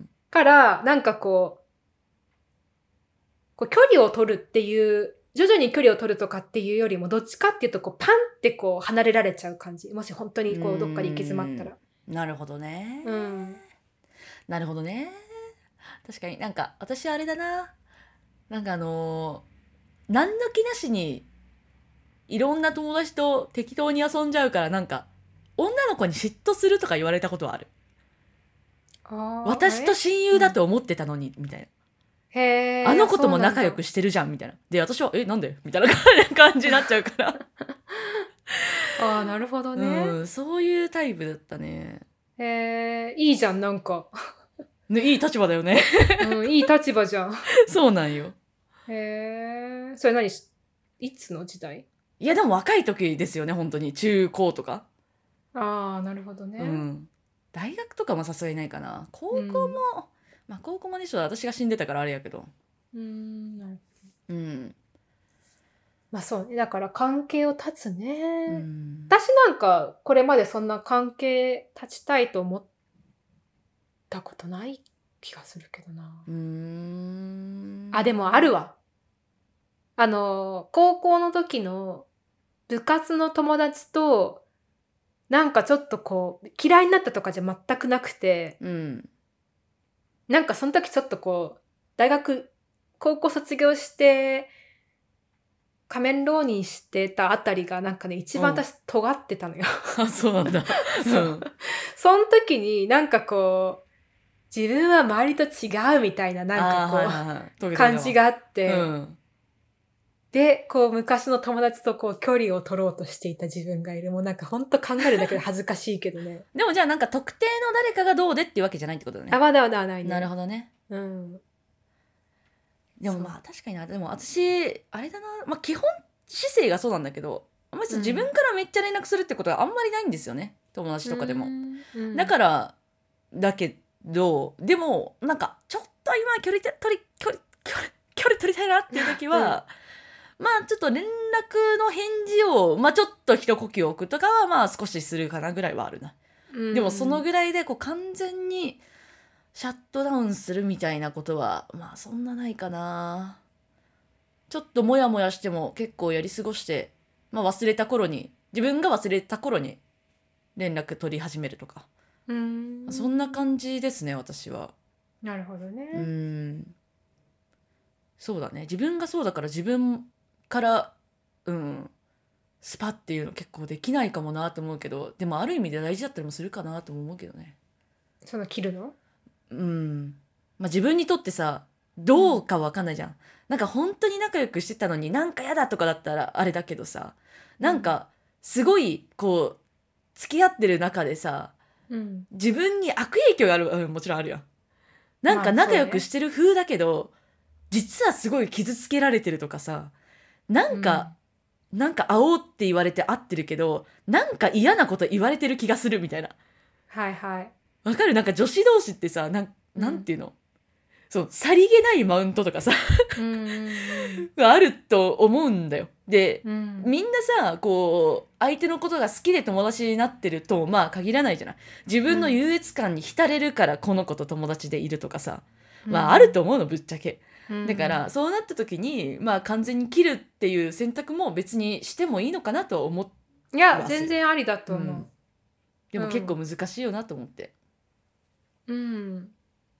からなんかこうこう距離を取るっていう徐々に距離を取るとかっていうよりもどっちかっていうとこうパンってこう離れられちゃう感じ。もし本当にこうどっかで行き詰まったら。 なるほどね、うん、なるほどね。確かになんか私はあれだな、なんかあのー、何の気なしにいろんな友達と適当に遊んじゃうからなんか女の子に嫉妬するとか言われたことはある。あ私と親友だと思ってたのに、うん、みたいな。へあの子とも仲良くしてるじゃんみたいな。で私はえなんでみたいな感じになっちゃうからああなるほどね、 うん、そういうタイプだったね。 へえいいじゃんなんかね、いい立場だよね、 うん、いい立場じゃんそうなんよ。 へえそれ何いつの時代？ いやでも若い時ですよね本当に中高とか。 ああなるほどね、うん、 大学とかもさすがにないかな。高校も、うんまあ高校もねちょっと私が死んでたからあれやけど。うーん、なるほど。うん。まあそうね。だから関係を断つね。うん、私なんかこれまでそんな関係断ちたいと思ったことない気がするけどな。うーん。あでもあるわ。あの高校の時の部活の友達となんかちょっとこう嫌いになったとかじゃ全くなくて。うん。なんかその時ちょっとこう大学高校卒業して仮面浪人してたあたりがなんかね一番私尖ってたのよ、 うん、あそうなんだそう、うん、その時になんかこう自分は周りと違うみたいななんかこう、はいはいはい、感じがあって、うん、でこう昔の友達とこう距離を取ろうとしていた自分がいる。もうなんかほんと考えるだけで恥ずかしいけどねでもじゃあなんか特定の誰かがどうでっていうわけじゃないってことだね。 あまだまだないね。 なるほどね。うんでもまあ確かにな。でも私あれだな、まあ、基本姿勢がそうなんだけどまず自分からめっちゃ連絡するってことがあんまりないんですよね、うん、友達とかでも、うん、だからだけどでもなんかちょっと今距離取り距離距離距離取りたいなっていう時は、 まあちょっと連絡の返事をまあちょっと一呼吸置くとかはまあ少しするかなぐらいはあるな。 うん、 でもそのぐらいでこう完全にシャットダウンするみたいなことはまあそんなないかな。ちょっとモヤモヤしても結構やり過ごして、まあ、忘れた頃に自分が忘れた頃に連絡取り始めるとか、 うん、 そんな感じですね私は。 なるほどね。 うーんそうだね、自分がそうだから自分からうんスパっていうの結構できないかもなと思うけど、でもある意味で大事だったりもするかなとも思うけどね。 その切るのうんまあ自分にとってさどうかわかんないじゃん、なんか本当に仲良くしてたのになんか嫌だとかだったらあれだけどさ、なんかすごいこう付き合ってる中でさ、 うん、 自分に悪影響がある、うん、もちろんあるやん。なんか仲良くしてる風だけど、実はすごい傷つけられてるとかさ、なんか、うん、なんか会おうって言われて会ってるけど、なんか嫌なこと言われてる気がするみたいな。 はいはい。 わかる？なんか女子同士ってさ、なん、なんていうの、うん、そう、さりげないマウントとかさ、うん、があると思うんだよ。で、うん、みんなさ、こう、相手のことが好きで友達になってると、まあ限らないじゃない。自分の優越感に浸れるからこの子と友達でいるとかさ、うん、まああると思うの、ぶっちゃけ。だからそうなった時にまあ完全に切るっていう選択も別にしてもいいのかなと思って。 いや全然ありだと思う、うん、 でも結構難しいよなと思って。 うん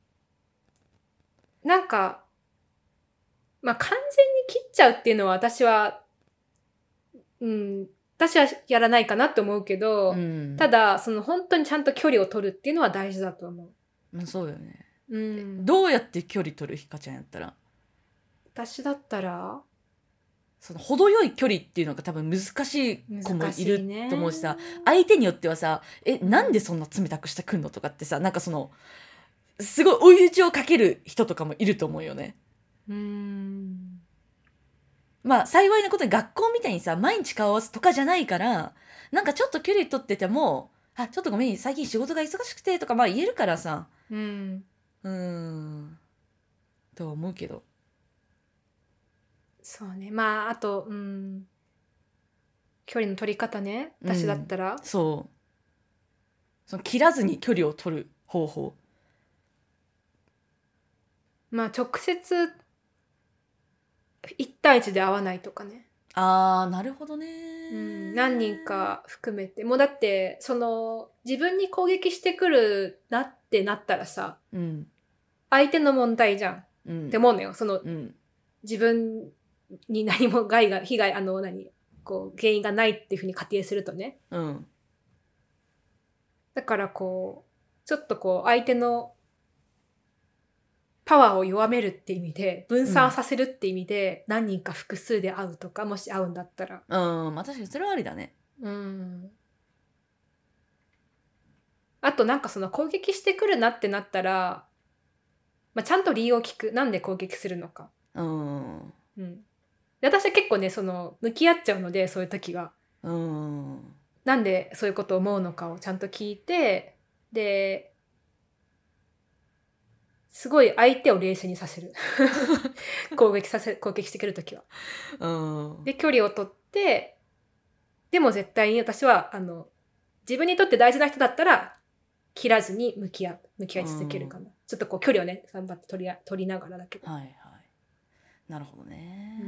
なんかまあ完全に切っちゃうっていうのは私はうん私はやらないかなって思うけど、うん、ただその本当にちゃんと距離を取るっていうのは大事だと思う。 うん、そうだよね。うん、どうやって距離取る？ひかちゃんやったら。 私だったらその程よい距離っていうのが多分難しい子もいると思うしさ、ね、相手によってはさ、えなんでそんな冷たくしてくんのとかってさ、なんかそのすごい追い打ちをかける人とかもいると思うよね。うーんまあ幸いなことに学校みたいにさ毎日顔合わすとかじゃないから、なんかちょっと距離取ってても、あちょっとごめん最近仕事が忙しくてとかまあ言えるからさ、うんうーんとは思うけど。 そうね、まああとうん距離の取り方ね、私だったら、うん、 そうその切らずに距離を取る方法。 まあ直接一対一で会わないとかね。 あーなるほどね、 うん、何人か含めてもうだってその自分に攻撃してくるなってなったらさ、うん、相手の問題じゃん、うん、って思うのよ。その、うん、自分に何も害が被害あの何こう原因がないっていうふうに仮定するとね、うん、だからこうちょっとこう相手のパワーを弱めるって意味で分散させるって意味で、うん、何人か複数で会うとか、もし会うんだったら、 うんまあ確かにそれはありだね。 うんあとなんかその攻撃してくるなってなったら、まあ、ちゃんと理由を聞く。なんで攻撃するのか。うん。うん。で私は結構ね、その向き合っちゃうので、そういう時が。うん。なんでそういうことを思うのかをちゃんと聞いて、で、すごい相手を冷静にさせる。攻撃させ、攻撃してくる時は。うん。で、距離を取って、でも絶対に私は、あの、自分にとって大事な人だったら、切らずに向き合う向き合い続けるかな、うん、ちょっとこう距離をね頑張って取り取りながらだけど。 はいはいなるほどね、うん、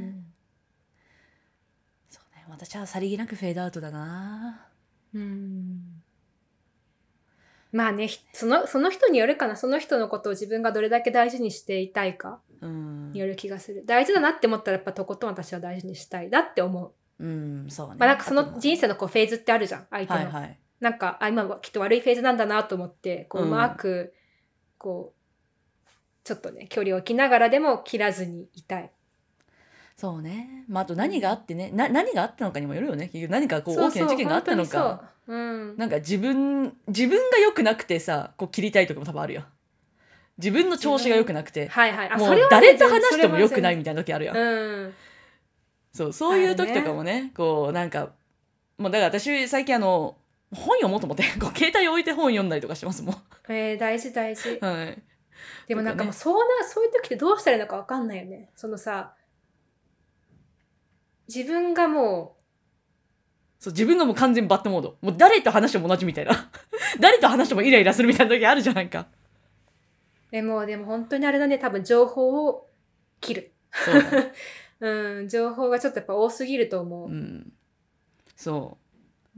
そうね私はさりげなくフェードアウトだな。 うんまあねそのその人によるかな。その人のことを自分がどれだけ大事にしていたいかによる気がする。大事だなって思ったらやっぱとことん私は大事にしたいだって思う。うんそうね。まあなんかその人生のこうフェーズってあるじゃん相手の、はいはいなんかあ今はきっと悪いフェーズなんだなと思ってこう、うん、うまくこうちょっとね距離を置きながらでも切らずにいたい。 そうね、まあ、あと何があってね、うん、な何があったのかにもよるよね。結局何かこう大きな事件があったのか、そう、うん、なんか自分自分が良くなくてさこう切りたいとかも多分あるやん。自分の調子が良くなくて、はいはい、もう誰と話しても良くないみたいな時あるやん、うん、そうそういう時とかもね、こうなんかもうだから私最近あの本読もうと思ってこう携帯置いて本読んだりとかしてますもん。 えー、大事大事、はい、でもなんかもうそうな、そういう時ってどうしたらいいのか分かんないよね。そのさ自分がもそう自分がもう完全バッドモード、もう誰と話しても同じみたいな誰と話してもイライラするみたいな時あるじゃないか。 でもでも本当にあれだね、多分情報を切る。 そうだ、ねうん、情報がちょっとやっぱ多すぎると思う。 うん、そう、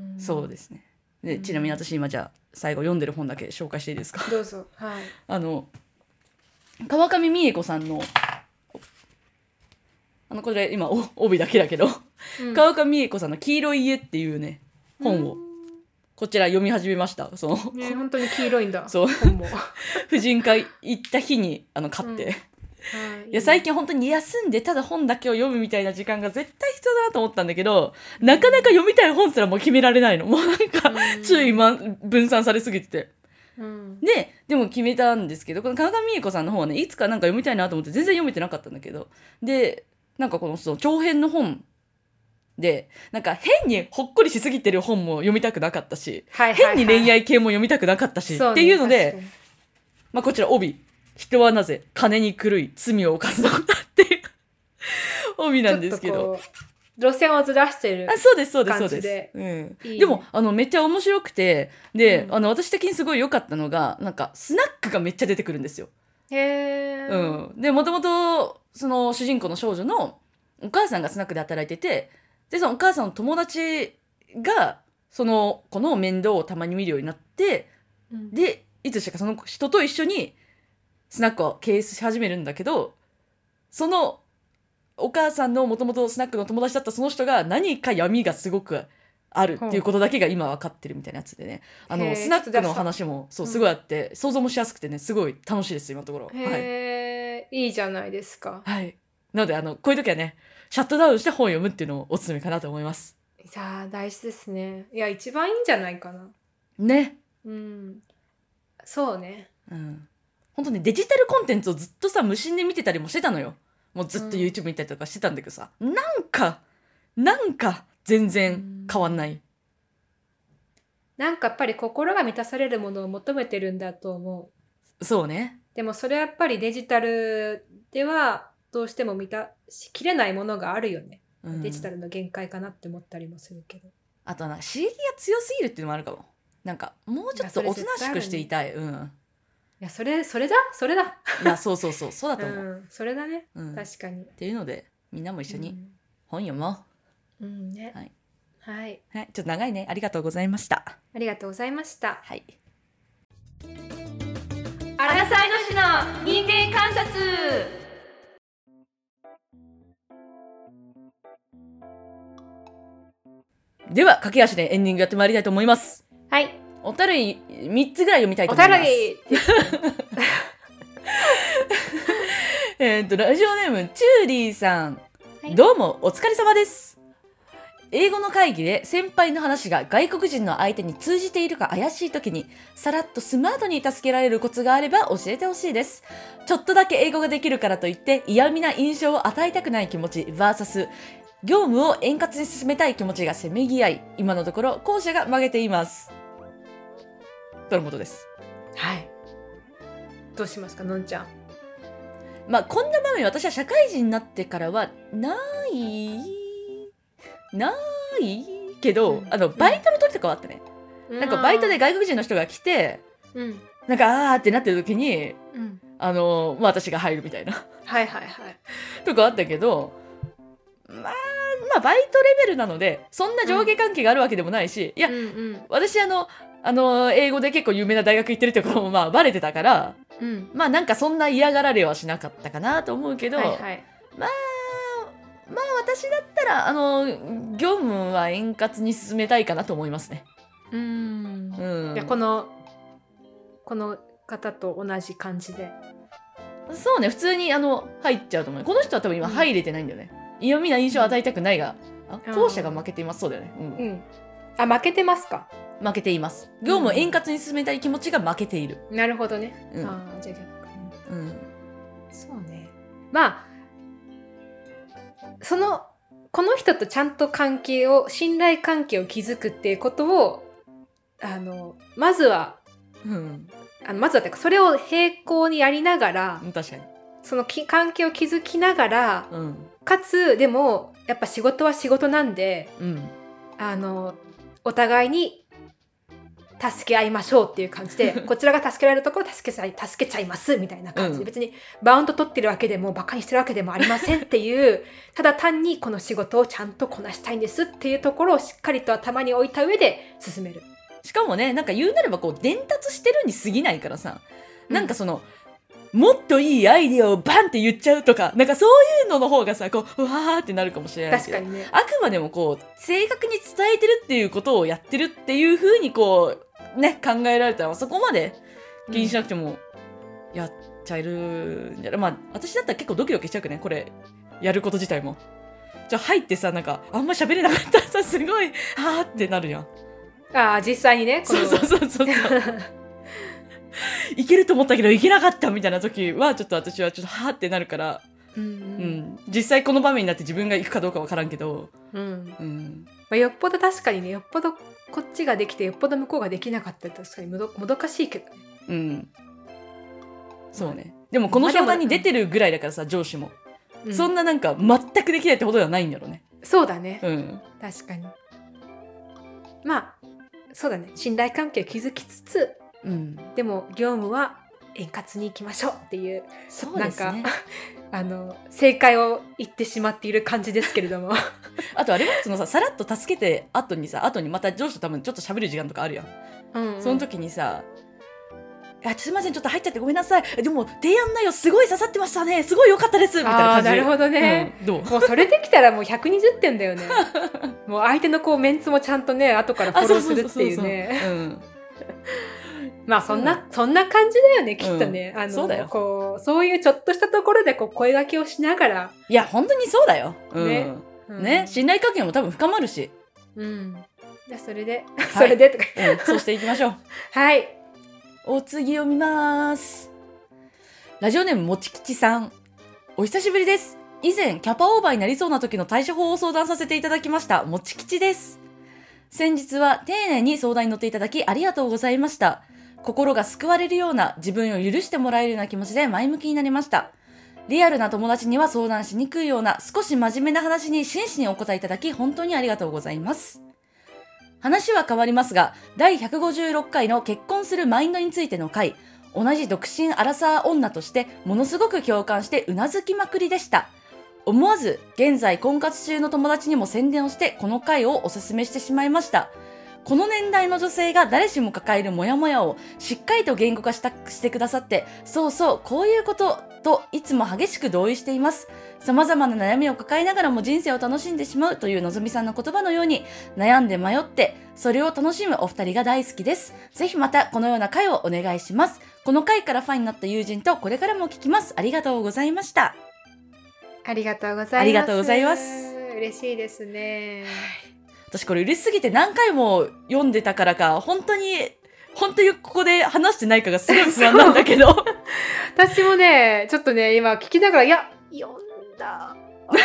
うん、 そうですね。で、 うん、 ちなみに私今じゃあ最後読んでる本だけ紹介していいですか。 どうぞ。はい。 あの川上美恵子さんのあのこれ今お帯だけだけど、うん、川上美恵子さんの黄色い家っていうね本をこちら読み始めました。その、 ね、本当に黄色いんだ。 そう本も婦人科行った日にあの買って、うんはい、いや最近本当に休んでただ本だけを読むみたいな時間が絶対必要だなと思ったんだけど、なかなか読みたい本すらもう決められないの。もうなんか、うん、注意、ま、分散されすぎてて、うん、ででも決めたんですけど、この川上美恵子さんの本はねいつかなんか読みたいなと思って全然読めてなかったんだけど、でなんかこのその長編の本でなんか変にほっこりしすぎてる本も読みたくなかったし、はいはいはい、変に恋愛系も読みたくなかったし、ね、っていうので、まあ、こちら帯人はなぜ金に狂い罪を犯すのかっていう帯なんですけど、 路線をずらしてる感じで。あ、そうですそうですそうです、 うん、いいね。でもあのめっちゃ面白くてで、うん、あの私的にすごい良かったのがなんかスナックがめっちゃ出てくるんですよ。 へー、 うん、でもともとその主人公の少女のお母さんがスナックで働いてて、でそのお母さんの友達がその子の面倒をたまに見るようになって、うん、でいつしかその人と一緒にスナックを経営し始めるんだけど、そのお母さんのもともとスナックの友達だったその人が何か闇がすごくあるっていうことだけが今分かってるみたいなやつでね、あのスナックの話もそうすごいあって、うん、想像もしやすくてねすごい楽しいです今のところ。 へー、はい、いいじゃないですか。 はい、なのであのこういう時はねシャットダウンして本を読むっていうのをおすすめかなと思います。 いや大事ですね。いや一番いいんじゃないかな。 ね。 うん。そうね。 うん。本当ねデジタルコンテンツをずっとさ無心で見てたりもしてたのよ。もうずっと YouTube 見たりとかしてたんだけどさ、うん、なんかなんか全然変わんない。 なんかやっぱり心が満たされるものを求めてるんだと思う。そうね。 でもそれはやっぱりデジタルではどうしても満たしきれないものがあるよね、うん、デジタルの限界かなって思ったりもするけど、 あとなんか刺激が強すぎるっていうのもあるかも。なんかもうちょっとおとなしくしていたい。うん。 いやそれそれだそれだいやそうそうそうそうだと思う、うん、 それだね、 うん、 確かに。 っていうのでみんなも一緒に本読もう。うんね。 はい、 はいはい、ちょっと長いね。ありがとうございました。 ありがとうございました。 はい。 アラサイの市の人間観察。 では駆け足でエンディングやってまいりたいと思います。 はい。 おたるいみっつぐらい読みたいと思います。おたるいえっとラジオネームチューリーさん、はい、どうもお疲れ様です。英語の会議で先輩の話が外国人の相手に通じているか怪しい時にさらっとスマートに助けられるコツがあれば教えてほしいです。ちょっとだけ英語ができるからといって嫌味な印象を与えたくない気持ち ブイエス 業務を円滑に進めたい気持ちがせめぎ合い、今のところ後者が曲げていますとのことです。 はい。どうしますかのんちゃん。 まあこんな場面私は社会人になってからはないないけど、うん、あのバイトの時とかはあったね、うん、なんかバイトで外国人の人が来て、うん、なんかあーってなってる時に、うん、あのまあ私が入るみたいなはいはいはいとかあったけど、まあまあバイトレベルなのでそんな上下関係があるわけでもないし、うん、いや、うんうん、私あのあの英語で結構有名な大学行ってるってこともまあバレてたから、うん、まあなんかそんな嫌がられはしなかったかなと思うけど、はいはい、まあまあ私だったらあの業務は円滑に進めたいかなと思いますね。 うーん、うん、いやこのこの方と同じ感じで、 そうね普通にあの入っちゃうと思う。この人は多分今入れてないんだよね、うん、嫌味な印象を与えたくないが、うん、あ後者が負けています。そうだよね、うんうん、 あ負けてますか。 負けています。業務を円滑に進めたい気持ちが負けている、 うん、なるほどね、うん、あじゃあ逆に、うん、そうね。まあそのこの人とちゃんと関係を信頼関係を築くっていうことをあのまずは、うん、あのまずはてかそれを並行にやりながら、 確かにそのき関係を築きながら、 うん、 かつでもやっぱ仕事は仕事なんで、 うん、 あのお互いに助け合いましょうっていう感じでこちらが助けられるところ助けちゃい助けちゃいますみたいな感じで、うん、別にバウンド取ってるわけでもバカにしてるわけでもありませんっていうただ単にこの仕事をちゃんとこなしたいんですっていうところをしっかりと頭に置いた上で進める。 しかもね、なんか言うなればこう伝達してるに過ぎないからさ、なんかその、うん、もっといいアイディアをバンって言っちゃうとか、なんかそういうのの方がさ、こううわーってなるかもしれないけど、 確かにね、 あくまでもこう正確に伝えてるっていうことをやってるっていう風にこうね、考えられたらそこまで気にしなくてもやっちゃえるんじゃない、うん、まあ私だったら結構ドキドキしちゃうけどね、これやること自体も。じゃあ入ってさ、なんかあんま喋れなかったらさ、すごいはーってなるじゃん。 ああ、実際にね、 このそうそうそうそういけると思ったけどいけなかったみたいな時はちょっと私はちょっとはーってなるから、うんうんうん、実際この場面になって自分が行くかどうかわからんけど、うんうんまあ、よっぽど確かにね、よっぽどこっちができてよっぽど向こうができなかったら確かにもどもどかしいけどね。 うん、そうね。でもこの商談に出てるぐらいだからさ、上司も、うん、そんななんか全くできないってほどではないんだろうね。 そうだね、 うん、 確かに。まあそうだね、信頼関係を築きつつ、うん、でも業務は円滑に行きましょうっていう、 そうですね、 なんかあの正解を言ってしまっている感じですけれどもあとあれはそのさ、さらっと助けて後にさ、後にまた上司と多分ちょっと喋る時間とかあるやん、うんうん、その時にさ、あ、すいませんちょっと入っちゃってごめんなさい、でも提案内容すごい刺さってましたね、すごい良かったですみたいな感じ。 あ、なるほどね、うん、どうもうそれできたらもうひゃくにじゅってんだよねもう相手のこうメンツもちゃんとね後からフォローするっていうね。まあそんな、うん、そんな感じだよねきっとね、うん、あのそうだよ、こうそういうちょっとしたところでこう声掛けをしながら、 いや本当にそうだよ、うん、ね、うん、ね、信頼関係も多分深まるし、 うん、じゃあそれで、はい、それでとか、 うん、そうしていきましょうはい、 お次読みます。ラジオネームもちきちさん、お久しぶりです。以前キャパオーバーになりそうな時の対処法を相談させていただきましたもちきちです。先日は丁寧に相談に乗っていただきありがとうございました。心が救われるような、自分を許してもらえるような気持ちで前向きになりました。リアルな友達には相談しにくいような少し真面目な話に真摯にお答えいただき本当にありがとうございます。話は変わりますが、だいひゃくごじゅうろっかいの結婚するマインドについての回、同じ独身アラサー女としてものすごく共感してうなずきまくりでした。思わず現在婚活中の友達にも宣伝をしてこの回をおすすめしてしまいました。この年代の女性が誰しも抱えるモヤモヤをしっかりと言語化したしてくださって、そうそうこういうことといつも激しく同意しています。様々な悩みを抱えながらも人生を楽しんでしまうというのぞみさんの言葉のように、悩んで迷ってそれを楽しむお二人が大好きです。ぜひまたこのような回をお願いします。この回からファンになった友人とこれからも聞きます。ありがとうございました。 ありがとうございます。 ありがとうございます。 嬉しいですね。 私これ嬉しすぎて何回も読んでたからか、本当に本当にここで話してないかがすごい不安なんだけど私もねちょっとね今聞きながら、いや読んだ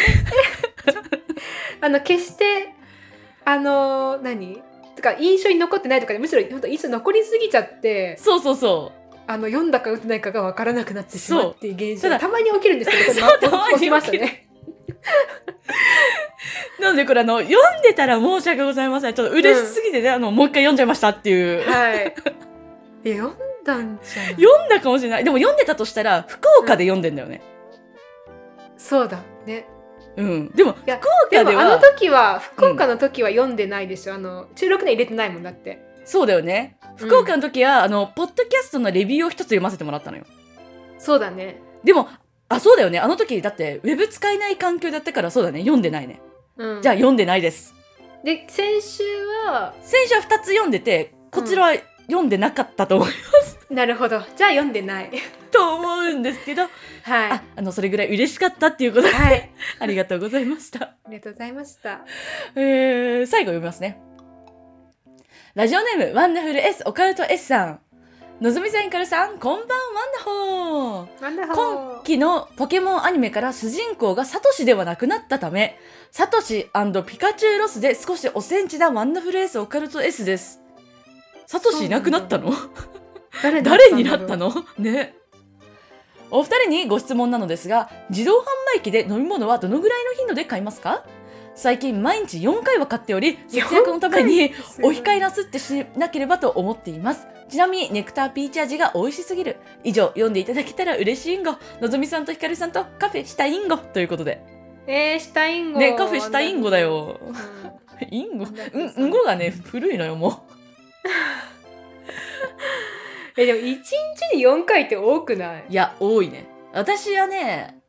あの決してあの何とか印象に残ってないとか、ね、むしろ本当いつ残りすぎちゃって、 そうそうそうあの読んだか読んでないかが分からなくなってしまうっていう現象がたまに起きるんですけど、これま起きましたねなのでこれあの読んでたら申し訳ございません。ちょっと嬉しすぎてね、うん、あのもう一回読んじゃいましたっていう。 はい。え読んだんじゃない。 読んだかもしれない。でも読んでたとしたら福岡で読んでんだよね。 うん、そうだね。 うん。でも福岡では。でもあの時は福岡の時は読んでないでしょ。うん、あの収録で入れてないもんだって。 そうだよね。福岡の時は、うん、あのポッドキャストのレビューを一つ読ませてもらったのよ。 そうだね。 でもあそうだよね。あの時だってウェブ使えない環境だったからそうだね。読んでないね。うん、じゃあ読んでないです。 で先週は先週はふたつ読んでて、こちらは読んでなかったと思います、 うん、なるほど、じゃあ読んでないと思うんですけど、はい、ああのそれぐらい嬉しかったっていうことで、はい、ありがとうございました。ありがとうございました。 えー、最後読みますね。ラジオネームワンダフル S オカルト S さん、のぞみさん、ひかるさん、こんばんワンダホー。 ワンダホー。 今期のポケモンアニメから主人公がサトシではなくなったため、サトシ&ピカチュウロスで少しおセンチなワンダフル S オカルト S です。サトシいなくなったの？誰, 誰になったのね。 お二人にご質問なのですが、自動販売機で飲み物はどのぐらいの頻度で買いますか？最近毎日よんかいは買っており、節約のためにお控えなすってしなければと思っています。ちなみにネクターピーチ味が美味しすぎる。以上、読んでいただけたら嬉しいんご。のぞみさんとひかるさんとカフェしたいんごということで。 えー、したいんご。 ね、カフェしたいんごだよ。インゴ、うん、んごがね、古いのよ、もう。 え、でもいちにちによんかいって多くない？ いや、多いね。私はね、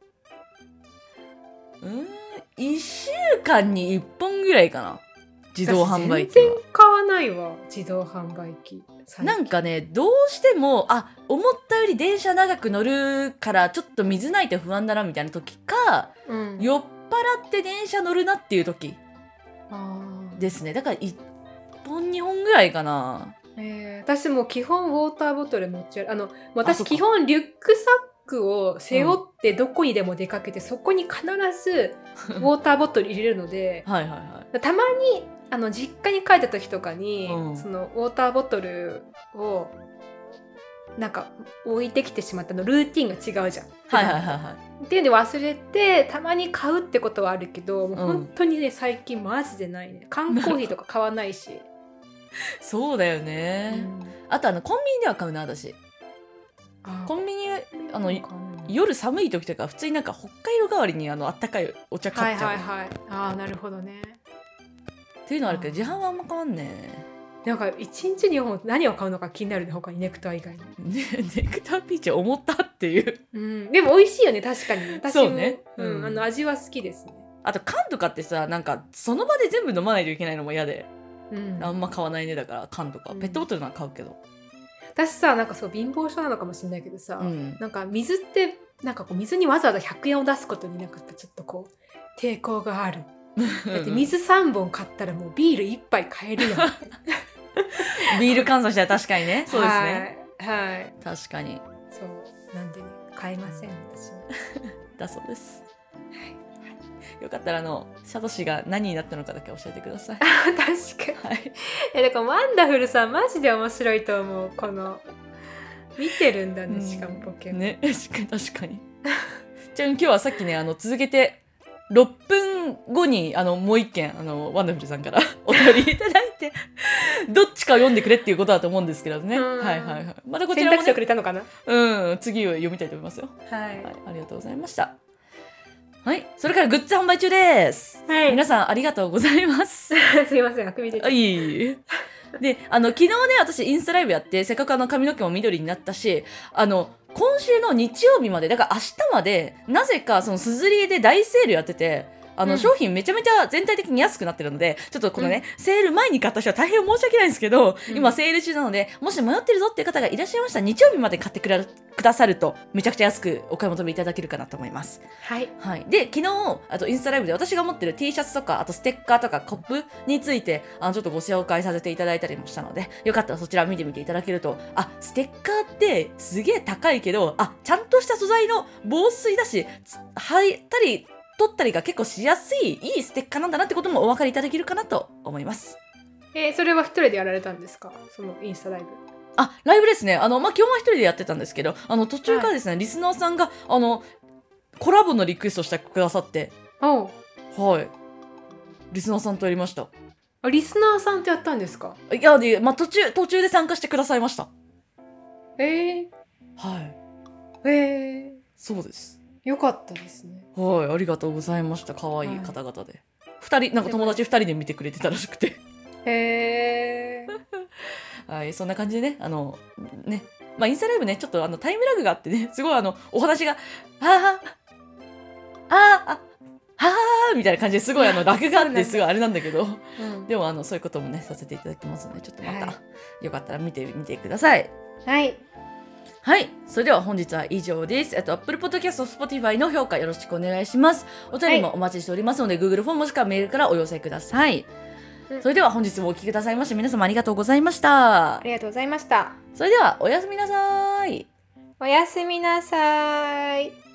うんいっしゅうかんにいっぽんぐらいかな。自動販売機は。 全然買わないわ、自動販売機。 なんかね、どうしても、あ、思ったより電車長く乗るからちょっと水ないと不安だなみたいな時か、うん、酔っ払って電車乗るなっていう時ですね。だからいっぽんにほんぐらいかな。 えー、私も基本ウォーターボトル持ち歩いて、あの私基本リュックサックを背負ってどこにでも出かけて、うん、そこに必ずウォーターボトル入れるのではいはい、はい、たまにあの実家に帰った時とかに、うん、そのウォーターボトルをなんか置いてきてしまったのルーティンが違うじゃん。はいはいはいはい。っていうので忘れてたまに買うってことはあるけど、もう本当にね、うん、最近マジでないね。缶コーヒーとか買わないし。 そうだよね、うん、あとあのコンビニでは買うな私。コンビニあの夜寒い時とか普通になんか北海道代わりにあのあったかいお茶買っちゃう。はいはいはい。ああなるほどね。っていうのあるけど自販はあんま変わんねえ。なんかいちにちによん何を買うのか気になるね、他にネクター以外に、ね、ネクターピーチ思ったっていう、うん、でも美味しいよね確かに。私もそうね、うん、あの味は好きですね。あと缶とかってさ、なんかその場で全部飲まないといけないのも嫌で、うん、あんま買わないね。だから缶とか、うん、ペットボトルなら買うけど、私さなんかそう貧乏症なのかもしれないけどさ、うん、なんか水ってなんかこう水にわざわざひゃくえんを出すことになんかちょっとこう抵抗がある。だって水さんぼん買ったらもうビールいっぱい買えるよビール換算したら確かにね。そうですね。はい、はい、確かにそうなんでね買えません私はだそうです、はい、よかったらあのサトシが何になったのかだけ教えてください。確かに、はい、えだからワンダフルさんマジで面白いと思う。この見てるんだね、しかもポケモンね。確かにちなみに今日はさっきねあの続けてろっぷんごにあのもう一件あのワンダフルさんからお便りいただいてどっちかを読んでくれっていうことだと思うんですけどね。はいはいはい。またこちらも、ね、選択肢をくれたのかな。うん次を読みたいと思いますよ。はい、はい、ありがとうございました。はい、それからグッズ販売中です。はい、皆さんありがとうございます。すいません、あくび出て。いい。で、あの昨日ね私インスタライブやってせっかくあの髪の毛も緑になったし、あの今週の日曜日までだから明日までなぜかそのすずりで大セールやってて。あの、うん、商品めちゃめちゃ全体的に安くなってるのでちょっとこのね、うん、セール前に買った人は大変申し訳ないんですけど、うん、今セール中なのでもし迷ってるぞっていう方がいらっしゃいましたら日曜日まで買ってくだ、くださるとめちゃくちゃ安くお買い求めいただけるかなと思います。はい、はい、で昨日あとインスタライブで私が持ってる T シャツとかあとステッカーとかコップについてあのちょっとご紹介させていただいたりもしたのでよかったらそちら見てみていただけると、あステッカーってすげえ高いけどあちゃんとした素材の防水だし履いたり取ったりが結構しやすいいいステッカーなんだなってこともお分かりいただけるかなと思います。えー、それは一人でやられたんですか？そのインスタライブ。あライブですね。あの、まあ、基本は一人でやってたんですけどあの途中からですね、はい、リスナーさんがあのコラボのリクエストしてくださってはいリスナーさんとやりました。あリスナーさんとやったんですか？いやで、まあ、途中途中で参加してくださいました。えー、はいえー、そうですよかったですね。はいありがとうございました。可愛い方々で、はい、ふたりなんか友達ふたりで見てくれてたらしくてへーはいそんな感じでねあのねまあインスタライブねちょっとあのタイムラグがあってねすごいあのお話があーあーあはーみたいな感じですごいあのラグがあってすごいあれなんだけど、うん、でもあのそういうこともねさせていただきますのでちょっとまた、はい、よかったら見てみてください。はいはい。それでは本日は以上です。あと Apple Podcast、Spotify の評価よろしくお願いします。お便りもお待ちしておりますので、はい、Google フォームもしくはメールからお寄せください。うん、それでは本日もお聞きくださいまして皆様ありがとうございました。ありがとうございました。それではおやすみなさい。おやすみなさい。